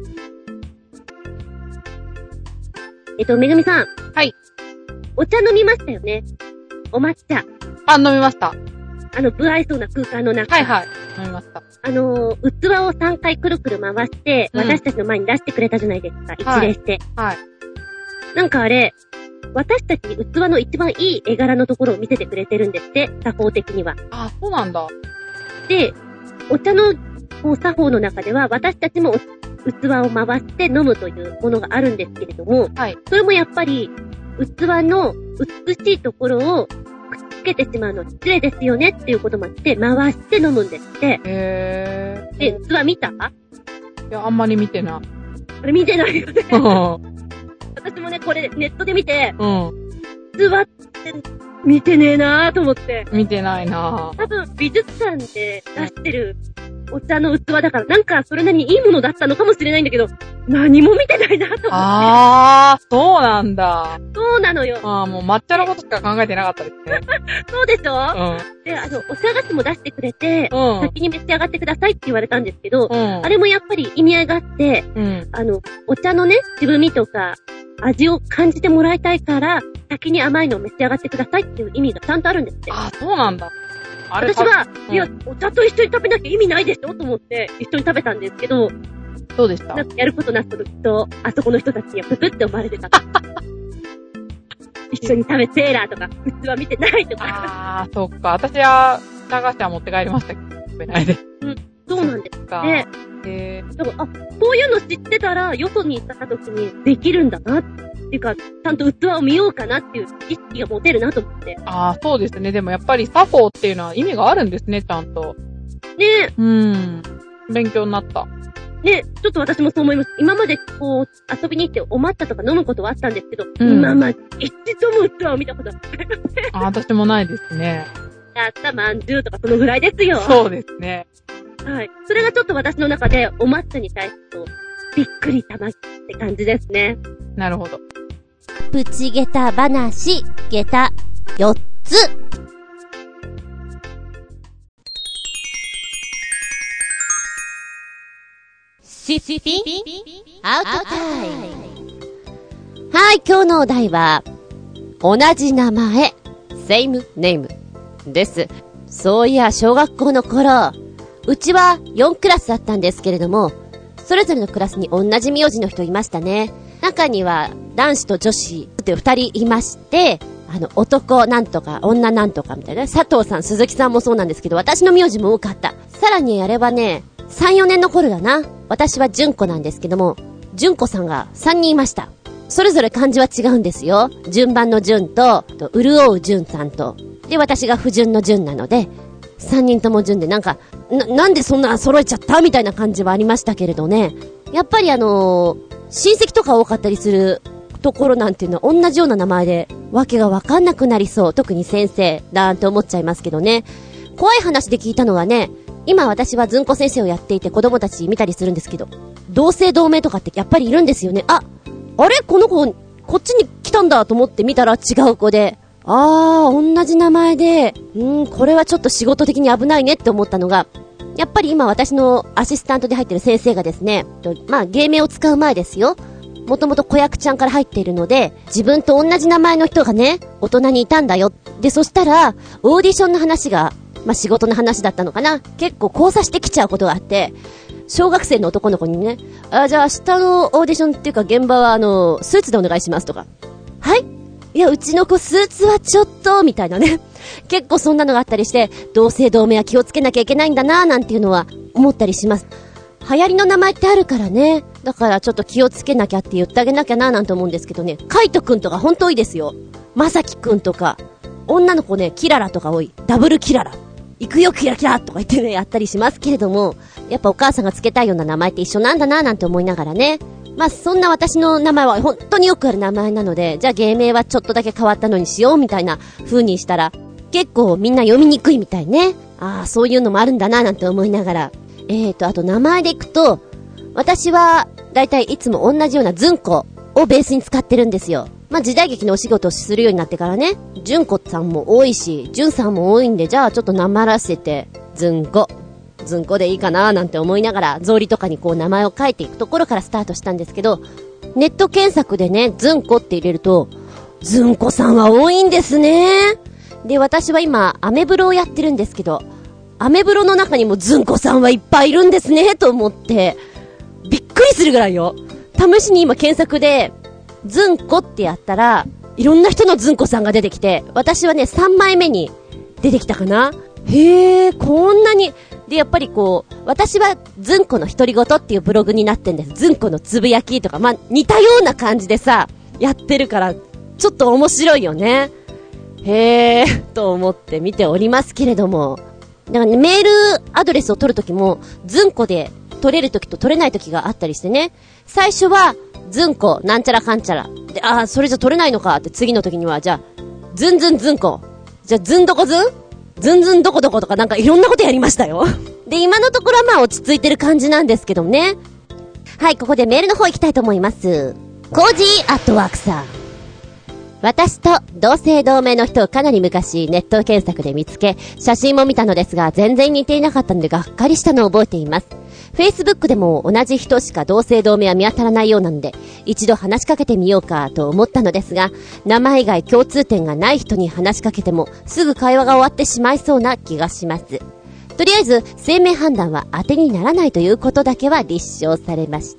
めぐみさん。 はい。 お茶飲みましたよね。お抹茶。 あ、飲みました。 不愛想な空間の中。 はいはい。飲みました。 器を3回くるくる回して、私たちの前に出してくれたじゃないですか。一礼して。 はい。 なんかあれ、私たちに器の一番いい絵柄のところを見せてくれてるんですって、作法的には。 あ、そうなんだ。 で、お茶の作法の中では、私たちも器を回して飲むというものがあるんですけれども、 はい。 それもやっぱり、器の美しいところをくっつけてしまうの失礼ですよねっていうこともあって、回して飲むんですって。で、器見た？いや、あんまり見てない。 これ見てないよね。私もね、これネットで見て、器って見てねえなーと思って。 見てないなー。 多分美術館で出してるお茶の器だから、なんかそれなりにいいものだったのかもしれないんだけど、何も見てないなと思って。 あー、そうなんだ。 そうなのよ。 あー、もう抹茶のことしか考えてなかったですね。 そうでしょ？で、お茶菓子も出してくれて、先に召し上がってくださいって言われたんですけど、あれもやっぱり意味合いがあって、お茶のね、渋みとか、味を感じてもらいたいから、先に甘いのを召し上がってくださいっていう意味がちゃんとあるんですって。 あ、そうなんだ。 私は、いや、お茶と一緒に食べなきゃ意味ないでしょと思って一緒に食べたんですけど、 どうでした？ なんかやることなくと、あそこの人たちにはププって思われてた。一緒に食べてーらーとか、器見てないとか。 あー、そっか。私は、駄菓子は持って帰りましたけど、食べないで。 そうなんですか。 ね。 だから、そういうの知ってたら、よそに行った時にできるんだなっていうか、ちゃんと器を見ようかなっていう意識が持てるなと思って。 ああ、そうですね。でもやっぱり作法っていうのは意味があるんですね、ちゃんと。 ね。 勉強になった。 ね、ちょっと私もそう思います。今までこう、遊びに行ってお抹茶とか飲むことはあったんですけど、今まで一度も器を見たことはない。 あ、私もないですね。 やったまんじゅうとかそのぐらいですよ。 そうですね。 はい。それがちょっと私の中でお抹茶に対してびっくりたまって感じですね。 なるほど。 プチ下駄話、下駄4つ。シッピンアウトタイム。はい、今日のお題は、同じ名前、same name です。そういや、小学校の頃、うちは4クラスだったんですけれども、それぞれのクラスに同じ名字の人いましたね。中には男子と女子って2人いまして、男なんとか女なんとかみたいな、佐藤さん鈴木さんもそうなんですけど、私の名字も多かった。さらにあれはね、3、4年の頃だな。私は純子なんですけども、純子さんが3人いました。それぞれ漢字は違うんですよ。順番の順と、潤う順さんと、で私が不純の順なので、3人とも順でなんでそんな揃えちゃったみたいな感じはありましたけれどね。やっぱり親戚とか多かったりするところなんていうのは同じような名前でわけがわかんなくなりそう。特に先生なんて思っちゃいますけどね。怖い話で聞いたのはね、今私はずんこ先生をやっていて子供たち見たりするんですけど、同姓同名とかってやっぱりいるんですよね。あれこの子こっちに来たんだと思って見たら違う子で、同じ名前で、これはちょっと仕事的に危ないねって思ったのが、やっぱり今私のアシスタントで入ってる先生がですね、芸名を使う前ですよ。もともと子役ちゃんから入っているので、自分と同じ名前の人がね、大人にいたんだよ。で、そしたら、オーディションの話が、仕事の話だったのかな。結構交差してきちゃうことがあって、小学生の男の子にね、じゃあ明日のオーディションっていうか現場はスーツでお願いしますとか。はい？いや、うちの子スーツはちょっと、みたいなね。結構そんなのがあったりして、同姓同名は気をつけなきゃいけないんだなぁなんていうのは思ったりします。流行りの名前ってあるからね。だからちょっと気をつけなきゃって言ってあげなきゃなぁなんて思うんですけどね。カイトくんとかほんと多いですよ。まさきくんとか。女の子ね、キララとか多い。ダブルキララ。行くよキラキラとか言ってね、やったりしますけれども、やっぱお母さんがつけたいような名前って一緒なんだなぁなんて思いながらね。そんな私の名前は本当によくある名前なので、じゃあ芸名はちょっとだけ変わったのにしようみたいな風にしたら、結構みんな読みにくいみたいね。そういうのもあるんだななんて思いながら。あと名前でいくと、私はだいたいいつも同じようなずんこをベースに使ってるんですよ。時代劇のお仕事をするようになってからね、じゅんこさんも多いし、じゅんさんも多いんで、じゃあちょっとなまらせて、ずんこでいいかななんて思いながら、草履とかにこう名前を書いていくところからスタートしたんですけど、ネット検索でね、ずんこって入れると、ずんこさんは多いんですね。で、私は今、アメブロをやってるんですけど、アメブロの中にもずんこさんはいっぱいいるんですね、と思って、びっくりするぐらいよ。試しに今検索で、ずんこってやったら、いろんな人のずんこさんが出てきて、私はね、3枚目に出てきたかな。へー、こんなに。で、やっぱりこう、私はずんこの独り言っていうブログになってんです。ずんこのつぶやきとか、似たような感じでさ、やってるから、ちょっと面白いよね。へー、と思って見ておりますけれども。だからね、メールアドレスを取るときも、ずんこで取れるときと取れないときがあったりしてね。最初は、ずんこ、なんちゃらかんちゃら。で、それじゃ取れないのかって次の時には、じゃあ、ずんこ。じゃあ、ずんどこずんどこどことかなんかいろんなことやりましたよ。で、今のところは落ち着いてる感じなんですけどね。はい、ここでメールの方行きたいと思います。コージーアットワークさん。私と同姓同名の人をかなり昔ネット検索で見つけ、写真も見たのですが全然似ていなかったのでがっかりしたのを覚えています。Facebook でも同じ人しか同姓同名は見当たらないようなので、一度話しかけてみようかと思ったのですが、名前以外共通点がない人に話しかけてもすぐ会話が終わってしまいそうな気がします。とりあえず姓名判断は当てにならないということだけは立証されました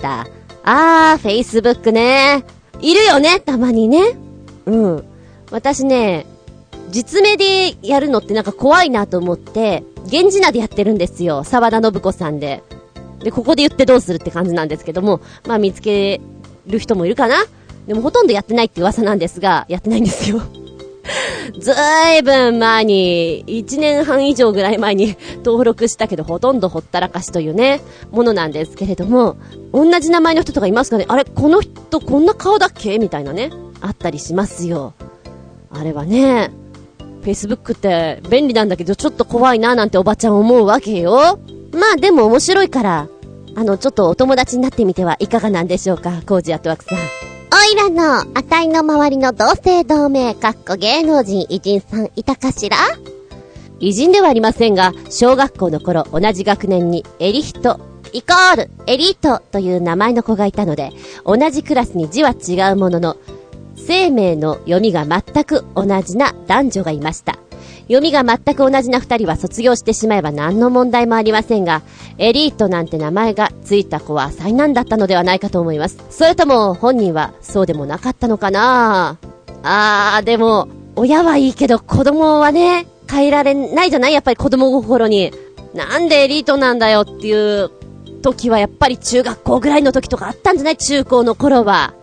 。Facebook ね。いるよね、たまにね。私ね、実名でやるのってなんか怖いなと思って、源氏名でやってるんですよ。沢田信子さんで。で、ここで言ってどうするって感じなんですけども、見つける人もいるかな。でもほとんどやってないって噂なんですが、やってないんですよ。ずいぶん前に、1年半以上ぐらい前に登録したけど、ほとんどほったらかしというね、ものなんですけれども、同じ名前の人とかいますかね。あれ、この人こんな顔だっけみたいなね、あったりしますよ。あれはね、Facebook って便利なんだけど、ちょっと怖いななんておばちゃん思うわけよ。でも面白いから、ちょっとお友達になってみてはいかがなんでしょうか、コージアットワークさん。 おいらのあたいの周りの同姓同名芸能人偉人さんいたかしら。 偉人ではありませんが、小学校の頃同じ学年にエリヒトイコールエリートという名前の子がいたので、同じクラスに字は違うものの生命の読みが全く同じな男女がいました。読みが全く同じな二人は卒業してしまえば何の問題もありませんが、エリートなんて名前がついた子は災難だったのではないかと思います。それとも本人はそうでもなかったのかな。でも親はいいけど子供はね、変えられないじゃない。やっぱり子供心になんでエリートなんだよっていう時はやっぱり中学校ぐらいの時とかあったんじゃない。中高の頃は。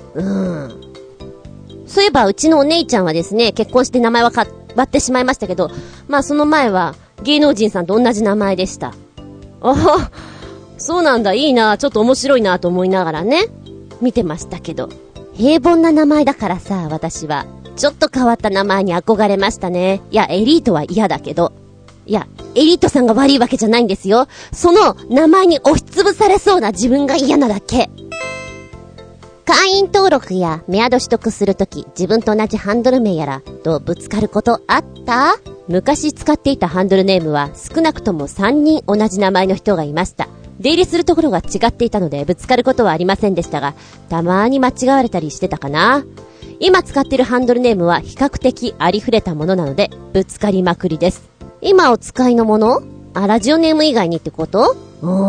そういえばうちのお姉ちゃんはですね、結婚して名前は変わってしまいましたけど、その前は芸能人さんと同じ名前でした。そうなんだ、いいな、ちょっと面白いなと思いながらね。 見てましたけど、平凡な名前だからさ、私はちょっと変わった名前に憧れましたね。いや、エリートは嫌だけど、いや、エリートさんが悪いわけじゃないんですよ。その名前に押しつぶされそうな自分が嫌なだけ。会員登録やメアド取得するとき、自分と同じハンドル名やらとぶつかることあった？昔使っていたハンドルネームは少なくとも3人同じ名前の人がいました。出入りするところが違っていたのでぶつかることはありませんでしたが、たまーに間違われたりしてたかな。今使っているハンドルネームは比較的ありふれたものなのでぶつかりまくりです。今お使いのもの？ラジオネーム以外にってこと？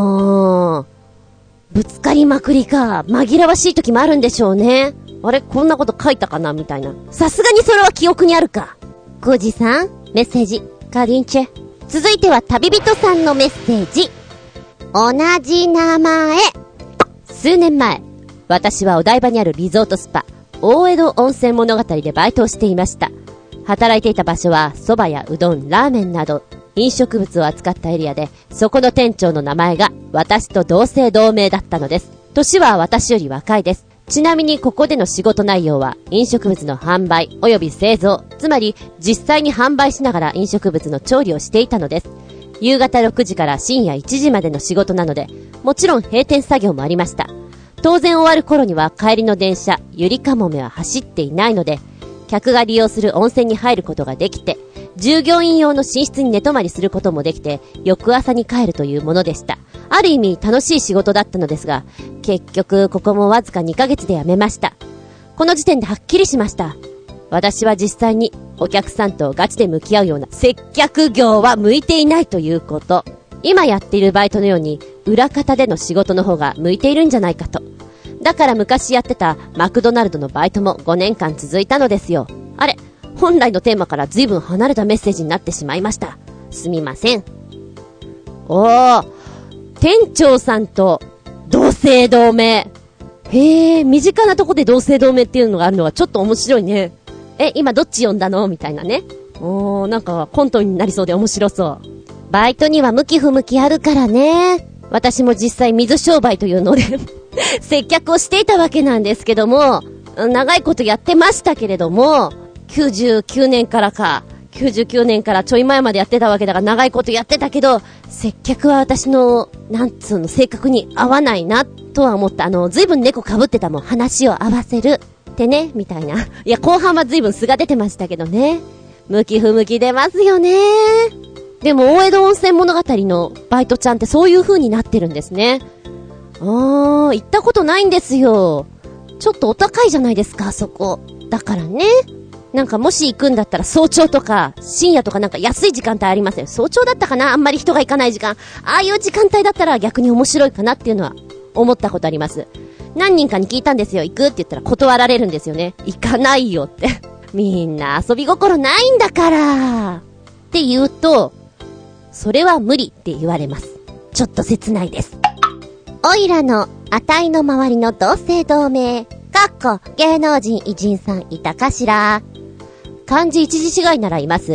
ぶつかりまくりか。紛らわしい時もあるんでしょうね。あれ、こんなこと書いたかなみたいな。さすがにそれは記憶にあるか。コージさん、メッセージカリンチェ。続いては旅人さんのメッセージ。同じ名前。数年前、私はお台場にあるリゾートスパ大江戸温泉物語でバイトをしていました。働いていた場所は蕎麦やうどん、ラーメンなど飲食物を扱ったエリアで、そこの店長の名前が私と同姓同名だったのです。年は私より若いです。ちなみにここでの仕事内容は飲食物の販売及び製造、つまり実際に販売しながら飲食物の調理をしていたのです。夕方6時から深夜1時までの仕事なので、もちろん閉店作業もありました。当然終わる頃には帰りの電車ゆりかもめは走っていないので、客が利用する温泉に入ることができて、従業員用の寝室に寝泊まりすることもできて、翌朝に帰るというものでした。ある意味楽しい仕事だったのですが、結局ここもわずか2ヶ月で辞めました。この時点ではっきりしました。私は実際にお客さんとガチで向き合うような接客業は向いていないということ。今やっているバイトのように裏方での仕事の方が向いているんじゃないかと。だから昔やってたマクドナルドのバイトも5年間続いたのですよ。あれ、本来のテーマから随分離れたメッセージになってしまいました。すみません。店長さんと同姓同名。へえ、身近なとこで同姓同名っていうのがあるのはちょっと面白いね。今どっち呼んだのみたいなね。なんかコントになりそうで面白そう。バイトには向き不向きあるからね。私も実際水商売というので接客をしていたわけなんですけども、長いことやってましたけれども、99年からちょい前までやってたわけだから長いことやってたけど、接客は私の性格に合わないなとは思った。随分猫被ってたもん。話を合わせるってねみたいな。いや、後半は随分素が出てましたけどね。向き不向き出ますよね。でも大江戸温泉物語のバイトちゃんってそういう風になってるんですね。行ったことないんですよ。ちょっとお高いじゃないですか、そこ。だからね。なんかもし行くんだったら早朝とか深夜とかなんか安い時間帯ありますよ。早朝だったかな、あんまり人が行かない時間。ああいう時間帯だったら逆に面白いかなっていうのは思ったことあります。何人かに聞いたんですよ。行くって言ったら断られるんですよね。行かないよってみんな遊び心ないんだからって言うと、それは無理って言われます。ちょっと切ないです。おいらのあたいの周りの同姓同名芸能人偉人さんいたかしら。漢字一字違いならいます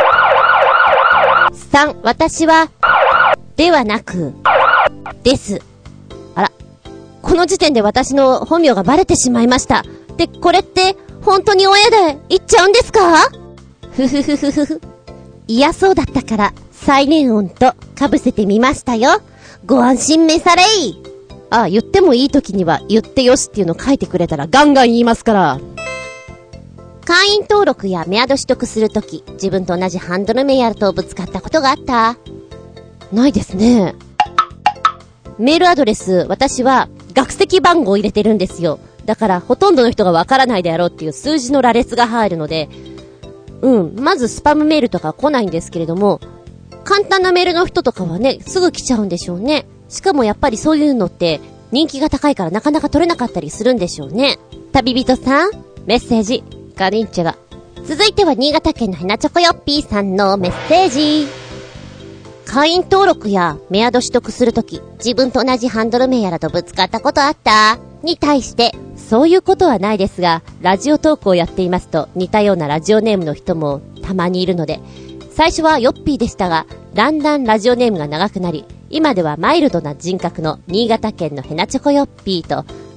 。3、私はではなくです。あら、この時点で私の本名がバレてしまいました。で、これって本当に親で言っちゃうんですか？ふふふふふふ。嫌そうだったからサイレン音と被せてみましたよ。ご安心めされい。言ってもいい時には言ってよしっていうの書いてくれたらガンガン言いますから。会員登録やメアド取得するとき、自分と同じハンドル名やるとぶつかったことがあった？ないですね。メールアドレス、私は学籍番号を入れてるんですよ。だからほとんどの人がわからないであろうっていう数字の羅列が入るので、まずスパムメールとか来ないんですけれども、簡単なメールの人とかはね、すぐ来ちゃうんでしょうね。しかもやっぱりそういうのって人気が高いからなかなか取れなかったりするんでしょうね。旅人さん、メッセージガリンチェが。続いては新潟県のヘナチョコヨッピーさんのメッセージ。会員登録やメアド取得するとき、自分と同じハンドル名やらとぶつかったことあった？に対して、そういうことはないですが、ラジオトークをやっていますと似たようなラジオネームの人もたまにいるので、最初はヨッピーでしたが、だんだんラジオネームが長くなり、今ではマイルドな人格の新潟県のヘナチョコヨッピーと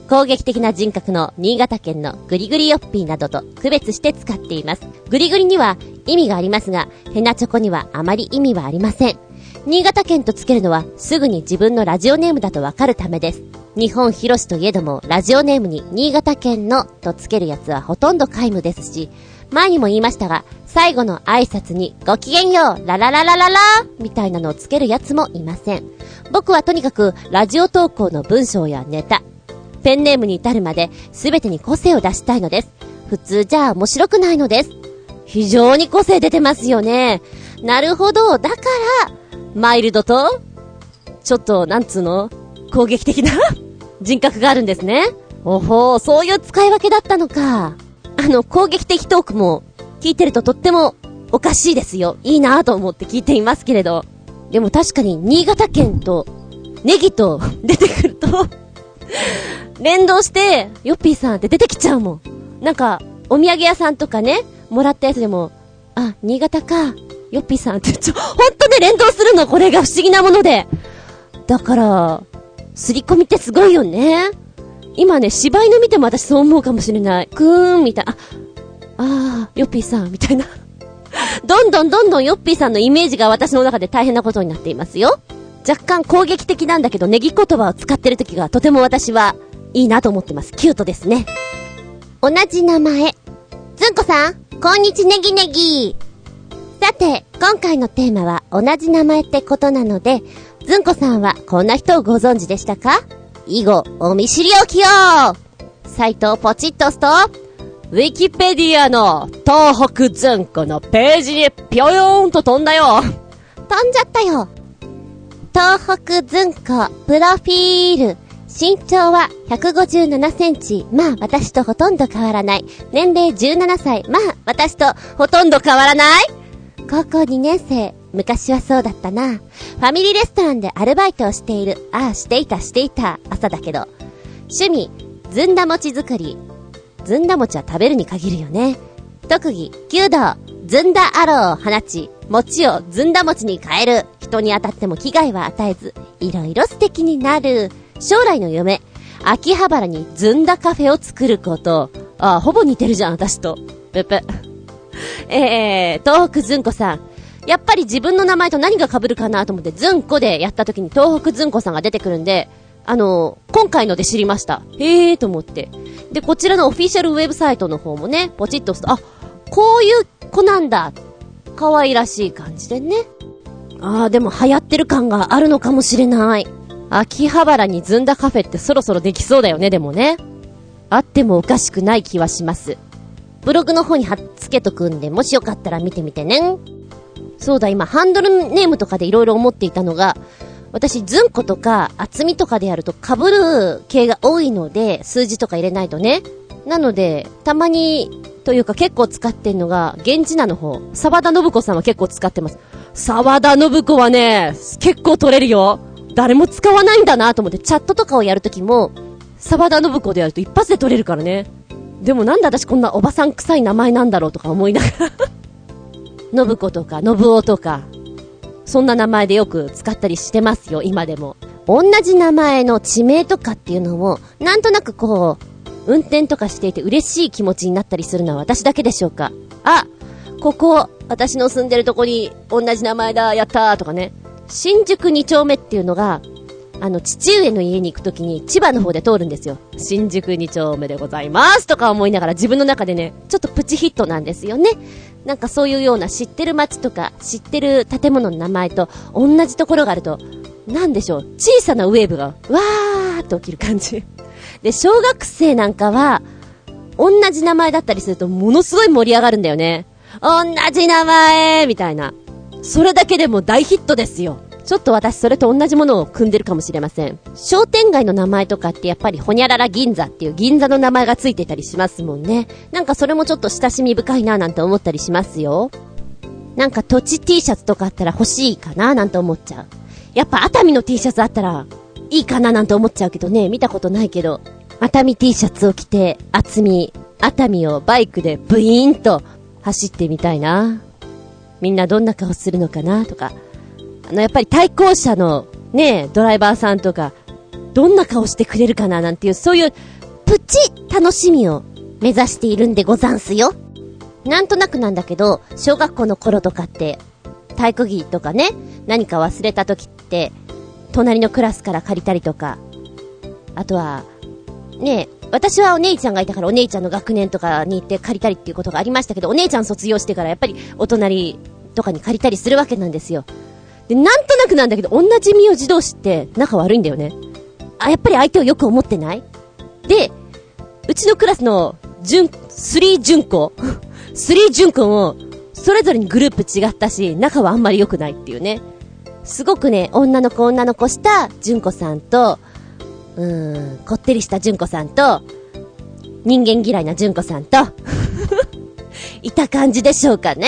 攻撃的な人格の新潟県のグリグリヨッピーなどと区別して使っています。グリグリには意味がありますが、ヘナチョコにはあまり意味はありません。新潟県とつけるのはすぐに自分のラジオネームだとわかるためです。日本広しといえどもラジオネームに新潟県のとつけるやつはほとんど皆無ですし、前にも言いましたが、最後の挨拶にごきげんようララララララみたいなのをつけるやつもいません。僕はとにかくラジオ投稿の文章やネタ、ペンネームに至るまで全てに個性を出したいのです。普通じゃ面白くないのです。非常に個性出てますよね。なるほど。だからマイルドとちょっとなんつうの攻撃的な人格があるんですね。おほー、そういう使い分けだったのか。攻撃的トークも聞いてるととってもおかしいですよ。いいなぁと思って聞いていますけれど、でも確かに新潟県とネギと出てくると連動してヨッピーさんって出てきちゃうもん。なんかお土産屋さんとかね、もらったやつでも、あ、新潟かヨッピーさんってほんとね連動するの。これが不思議なもので、だからすり込みってすごいよね。今ね、柴犬見ても私そう思うかもしれない。くーんみたいな、ヨッピーさんみたいなどんどんヨッピーさんのイメージが私の中で大変なことになっていますよ。若干攻撃的なんだけど、ネギ言葉を使ってる時がとても私はいいなと思ってます。キュートですね。同じ名前、ずんこさんこんにちネギネギ。さて今回のテーマは同じ名前ってことなので、ずんこさんはこんな人をご存知でしたか？以後お見知りおきよ。サイトをポチッと押すとウィキペディアの東北ずんこのページにぴょよーんと飛んだよ。飛んじゃったよ。東北ずんこプロフィール、身長は157センチ。まあ私とほとんど変わらない。年齢17歳。まあ私とほとんど変わらない。高校2年生。昔はそうだったな。ファミリーレストランでアルバイトをしている。していた。朝だけど。趣味、ずんだ餅作り。ずんだ餅は食べるに限るよね。特技、弓道。ずんだアローを放ち、餅をずんだ餅に変える。人に当たっても危害は与えず、いろいろ素敵になる。将来の夢、秋葉原にずんだカフェを作ること。ほぼ似てるじゃん、私と。ぷぷ。東北ずんこさん。やっぱり自分の名前と何が被るかなと思ってずんこでやった時に東北ずんこさんが出てくるんで、今回ので知りました。と思って。で、こちらのオフィシャルウェブサイトの方もね、ポチッと押すと、こういう子なんだ。可愛らしい感じでね。でも流行ってる感があるのかもしれない。秋葉原にずんだカフェってそろそろできそうだよね、でもね。あってもおかしくない気はします。ブログの方に貼っつけとくんで、もしよかったら見てみてね。そうだ、今ハンドルネームとかでいろいろ思っていたのが、私ずんことか厚みとかでやると被る系が多いので、数字とか入れないとね。なのでたまにというか結構使ってんのが源氏名の方、沢田信子さんは結構使ってます。沢田信子はね結構取れるよ。誰も使わないんだなと思って、チャットとかをやるときも沢田信子でやると一発で取れるからね。でもなんで私こんなおばさん臭い名前なんだろうとか思いながら信子とか信夫とかそんな名前でよく使ったりしてますよ、今でも。同じ名前の地名とかっていうのもなんとなくこう運転とかしていて嬉しい気持ちになったりするのは私だけでしょうか。ここ私の住んでるとこに同じ名前だ、やったーとかね。新宿2丁目っていうのが父上の家に行くときに千葉の方で通るんですよ。新宿2丁目でございますとか思いながら自分の中でねちょっとプチヒットなんですよね。なんかそういうような知ってる街とか知ってる建物の名前と同じところがあると、なんでしょう、小さなウェーブがわーっと起きる感じで、小学生なんかは同じ名前だったりするとものすごい盛り上がるんだよね。同じ名前みたいな。それだけでも大ヒットですよ。ちょっと私それと同じものを組んでるかもしれません。商店街の名前とかってやっぱりホニャララ銀座っていう銀座の名前がついてたりしますもんね。なんかそれもちょっと親しみ深いななんて思ったりしますよ。なんか土地 T シャツとかあったら欲しいかななんて思っちゃう。やっぱ熱海の T シャツあったらいいかななんて思っちゃうけどね、見たことないけど。熱海 T シャツを着て熱海をバイクでブイーンと走ってみたいな。みんなどんな顔するのかなとか。やっぱり対向車のねドライバーさんとかどんな顔してくれるかななんていう、そういうプチ楽しみを目指しているんでござんすよ。なんとなくなんだけど、小学校の頃とかって体育着とかね、何か忘れた時って隣のクラスから借りたりとか、あとはね、私はお姉ちゃんがいたからお姉ちゃんの学年とかに行って借りたりっていうことがありましたけど、お姉ちゃん卒業してからやっぱりお隣とかに借りたりするわけなんですよ。で、なんとなくなんだけど、同じ名字同士って仲悪いんだよね。やっぱり相手をよく思ってない？で、うちのクラスの3純子3純子もそれぞれにグループ違ったし、仲はあんまり良くないっていうね。すごくね、女の子した純子さんと、こってりした純子さんと、人間嫌いな純子さんといた感じでしょうかね。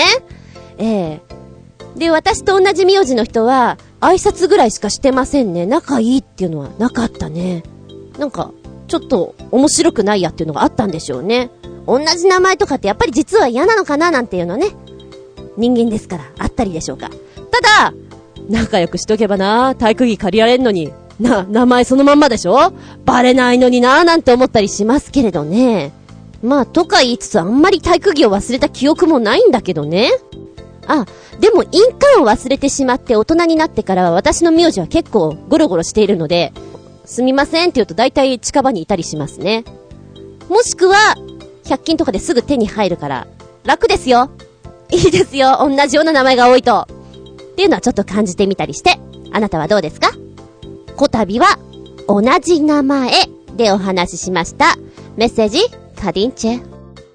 で、私と同じ名字の人は挨拶ぐらいしかしてませんね。仲いいっていうのはなかったね。なんかちょっと面白くないやっていうのがあったんでしょうね。同じ名前とかってやっぱり実は嫌なのかななんていうのね、人間ですからあったりでしょうか。ただ仲良くしとけばな、体育着借りられんのに名前そのまんまでしょ、バレないのにななんて思ったりしますけれどね。まあとか言いつつ、あんまり体育着を忘れた記憶もないんだけどね。でも印鑑を忘れてしまって大人になってからは私の名字は結構ゴロゴロしているので、すみませんって言うと大体近場にいたりしますね。もしくは100均とかですぐ手に入るから楽ですよ。いいですよ、同じような名前が多いとっていうのはちょっと感じてみたりして、あなたはどうですか？こたびは同じ名前でお話ししました。メッセージカディンチェ。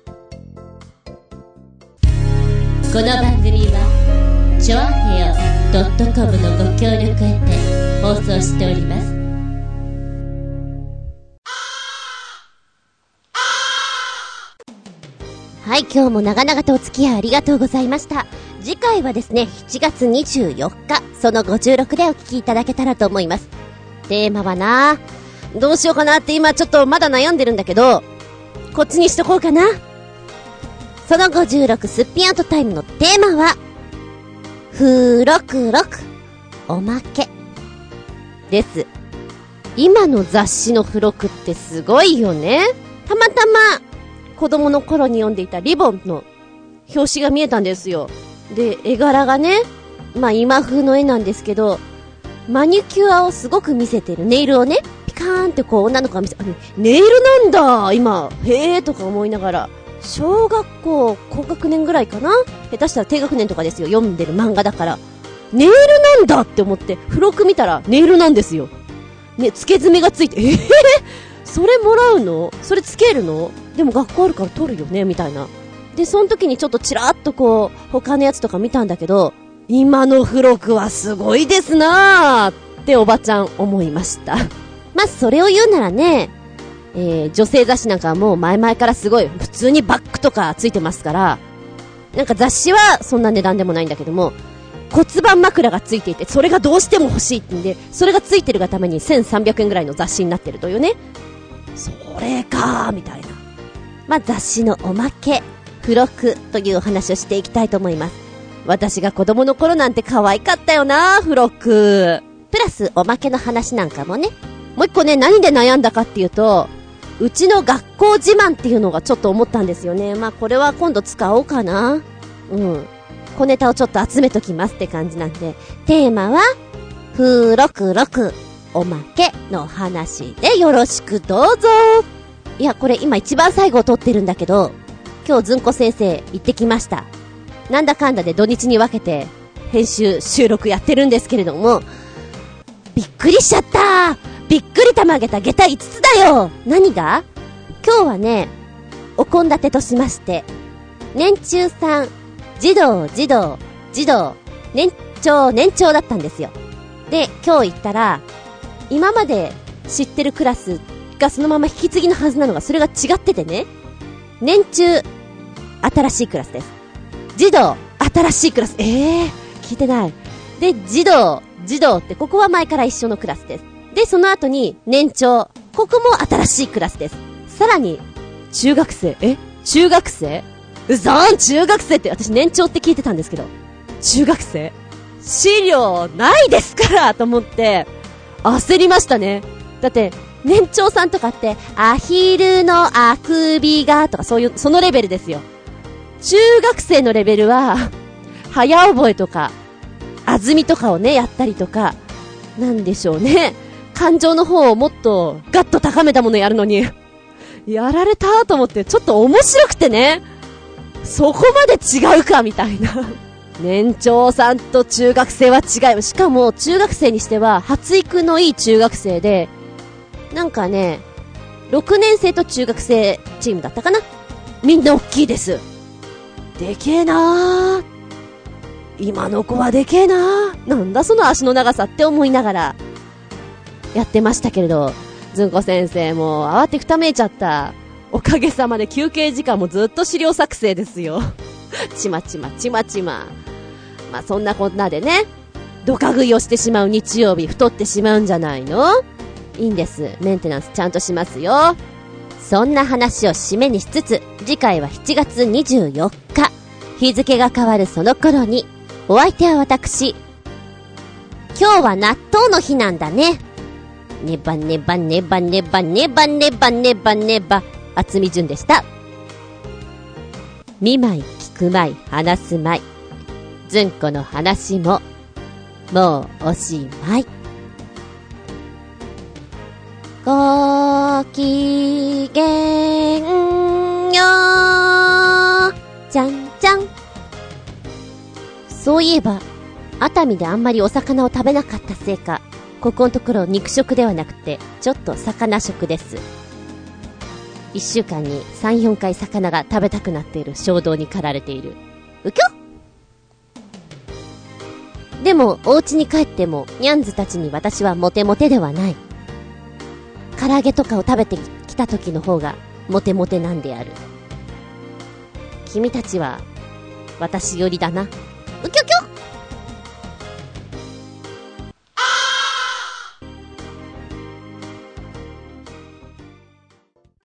この番組はチョアヘオ .com のご協力へて放送しております。はい、今日も長々とお付き合いありがとうございました。次回はですね、7月24日、その56でお聞きいただけたらと思います。テーマはな、どうしようかなって今ちょっとまだ悩んでるんだけど、こっちにしとこうかな。その56すっぴんアウトタイムのテーマは、付録おまけです。今の雑誌の付録ってすごいよね。たまたま子供の頃に読んでいたリボンの表紙が見えたんですよ。で、絵柄がね、まあ今風の絵なんですけど、マニキュアをすごく見せてる、ネイルをね、ピカーンってこう女の子が見せ、ネイルなんだ今、へーとか思いながら、小学校高学年ぐらいかな、下手したら低学年とかですよ、読んでる漫画だからネイルなんだって思って付録見たらネイルなんですよね。付け爪がついて、それもらうの？それつけるの？でも学校あるから取るよねみたいな。でその時にちょっとチラッとこう他のやつとか見たんだけど、今の付録はすごいですなーっておばちゃん思いました。まあそれを言うならね、女性雑誌なんかはもう前々からすごい普通にバッグとかついてますから、なんか雑誌はそんな値段でもないんだけども、骨盤枕がついていてそれがどうしても欲しいってんで、それがついてるがために1300円ぐらいの雑誌になってるというね。それかーみたいな。まあ雑誌のおまけ付録というお話をしていきたいと思います。私が子供の頃なんて可愛かったよな、付録プラスおまけの話なんかもね。もう一個ね、何で悩んだかっていうと、うちの学校自慢っていうのがちょっと思ったんですよね。まあこれは今度使おうかな。小ネタをちょっと集めときますって感じなんで、テーマは付録おまけの話でよろしくどうぞ。いやこれ今一番最後を撮ってるんだけど、今日ずんこ先生行ってきました。なんだかんだで土日に分けて編集収録やってるんですけれども、びっくりしちゃった。びっくりたまげた下駄5つだよ。何が？今日はね、お献立としまして、年中さん、児童、年長だったんですよ。で、今日行ったら、今まで知ってるクラスがそのまま引き継ぎのはずなのが、それが違っててね、年中、新しいクラスです。児童、新しいクラス。聞いてない。で、児童ってここは前から一緒のクラスです。で、その後に年長、ここも新しいクラスです。さらに、中学生。中学生？うそーん、中学生って私年長って聞いてたんですけど、中学生？資料ないですからと思って焦りましたね。 だって、年長さんとかって、アヒルのあくびがとかそういう、そのレベルですよ。中学生のレベルは、早覚えとか、あずみとかをね、やったりとか、なんでしょうね。感情の方をもっとガッと高めたものやるのに、やられたと思って、ちょっと面白くてね。そこまで違うかみたいな。年長さんと中学生は違う。しかも中学生にしては発育のいい中学生で、なんかね、6年生と中学生チームだったかな。みんな大きいです。でけえなー。今の子はでけえなー。なんだその足の長さって思いながらやってましたけれど、ずんこ先生も慌てふためいちゃった。おかげさまで休憩時間もずっと資料作成ですよ。ちまちまちまちま。まあそんなこんなでね、ドカ食いをしてしまう日曜日、太ってしまうんじゃないの？いいんです。メンテナンスちゃんとしますよ。そんな話を締めにしつつ、次回は7月24日。日付が変わるその頃に、お相手は私。今日は納豆の日なんだね。ネバネバネバネバネバネバネバネバ。厚み順でした。見舞い聞く舞い話す舞い。ずんこの話ももうおしまい。ごきげんよう。じゃんじゃん。そういえば熱海であんまりお魚を食べなかったせいか、ここのところ肉食ではなくてちょっと魚食です。1週間に 3,4 回魚が食べたくなっている衝動に駆られている。うきょ。でもお家に帰ってもニャンズたちに私はモテモテではない。唐揚げとかを食べてきた時の方がモテモテなんである。君たちは私寄りだな。うきょきょ。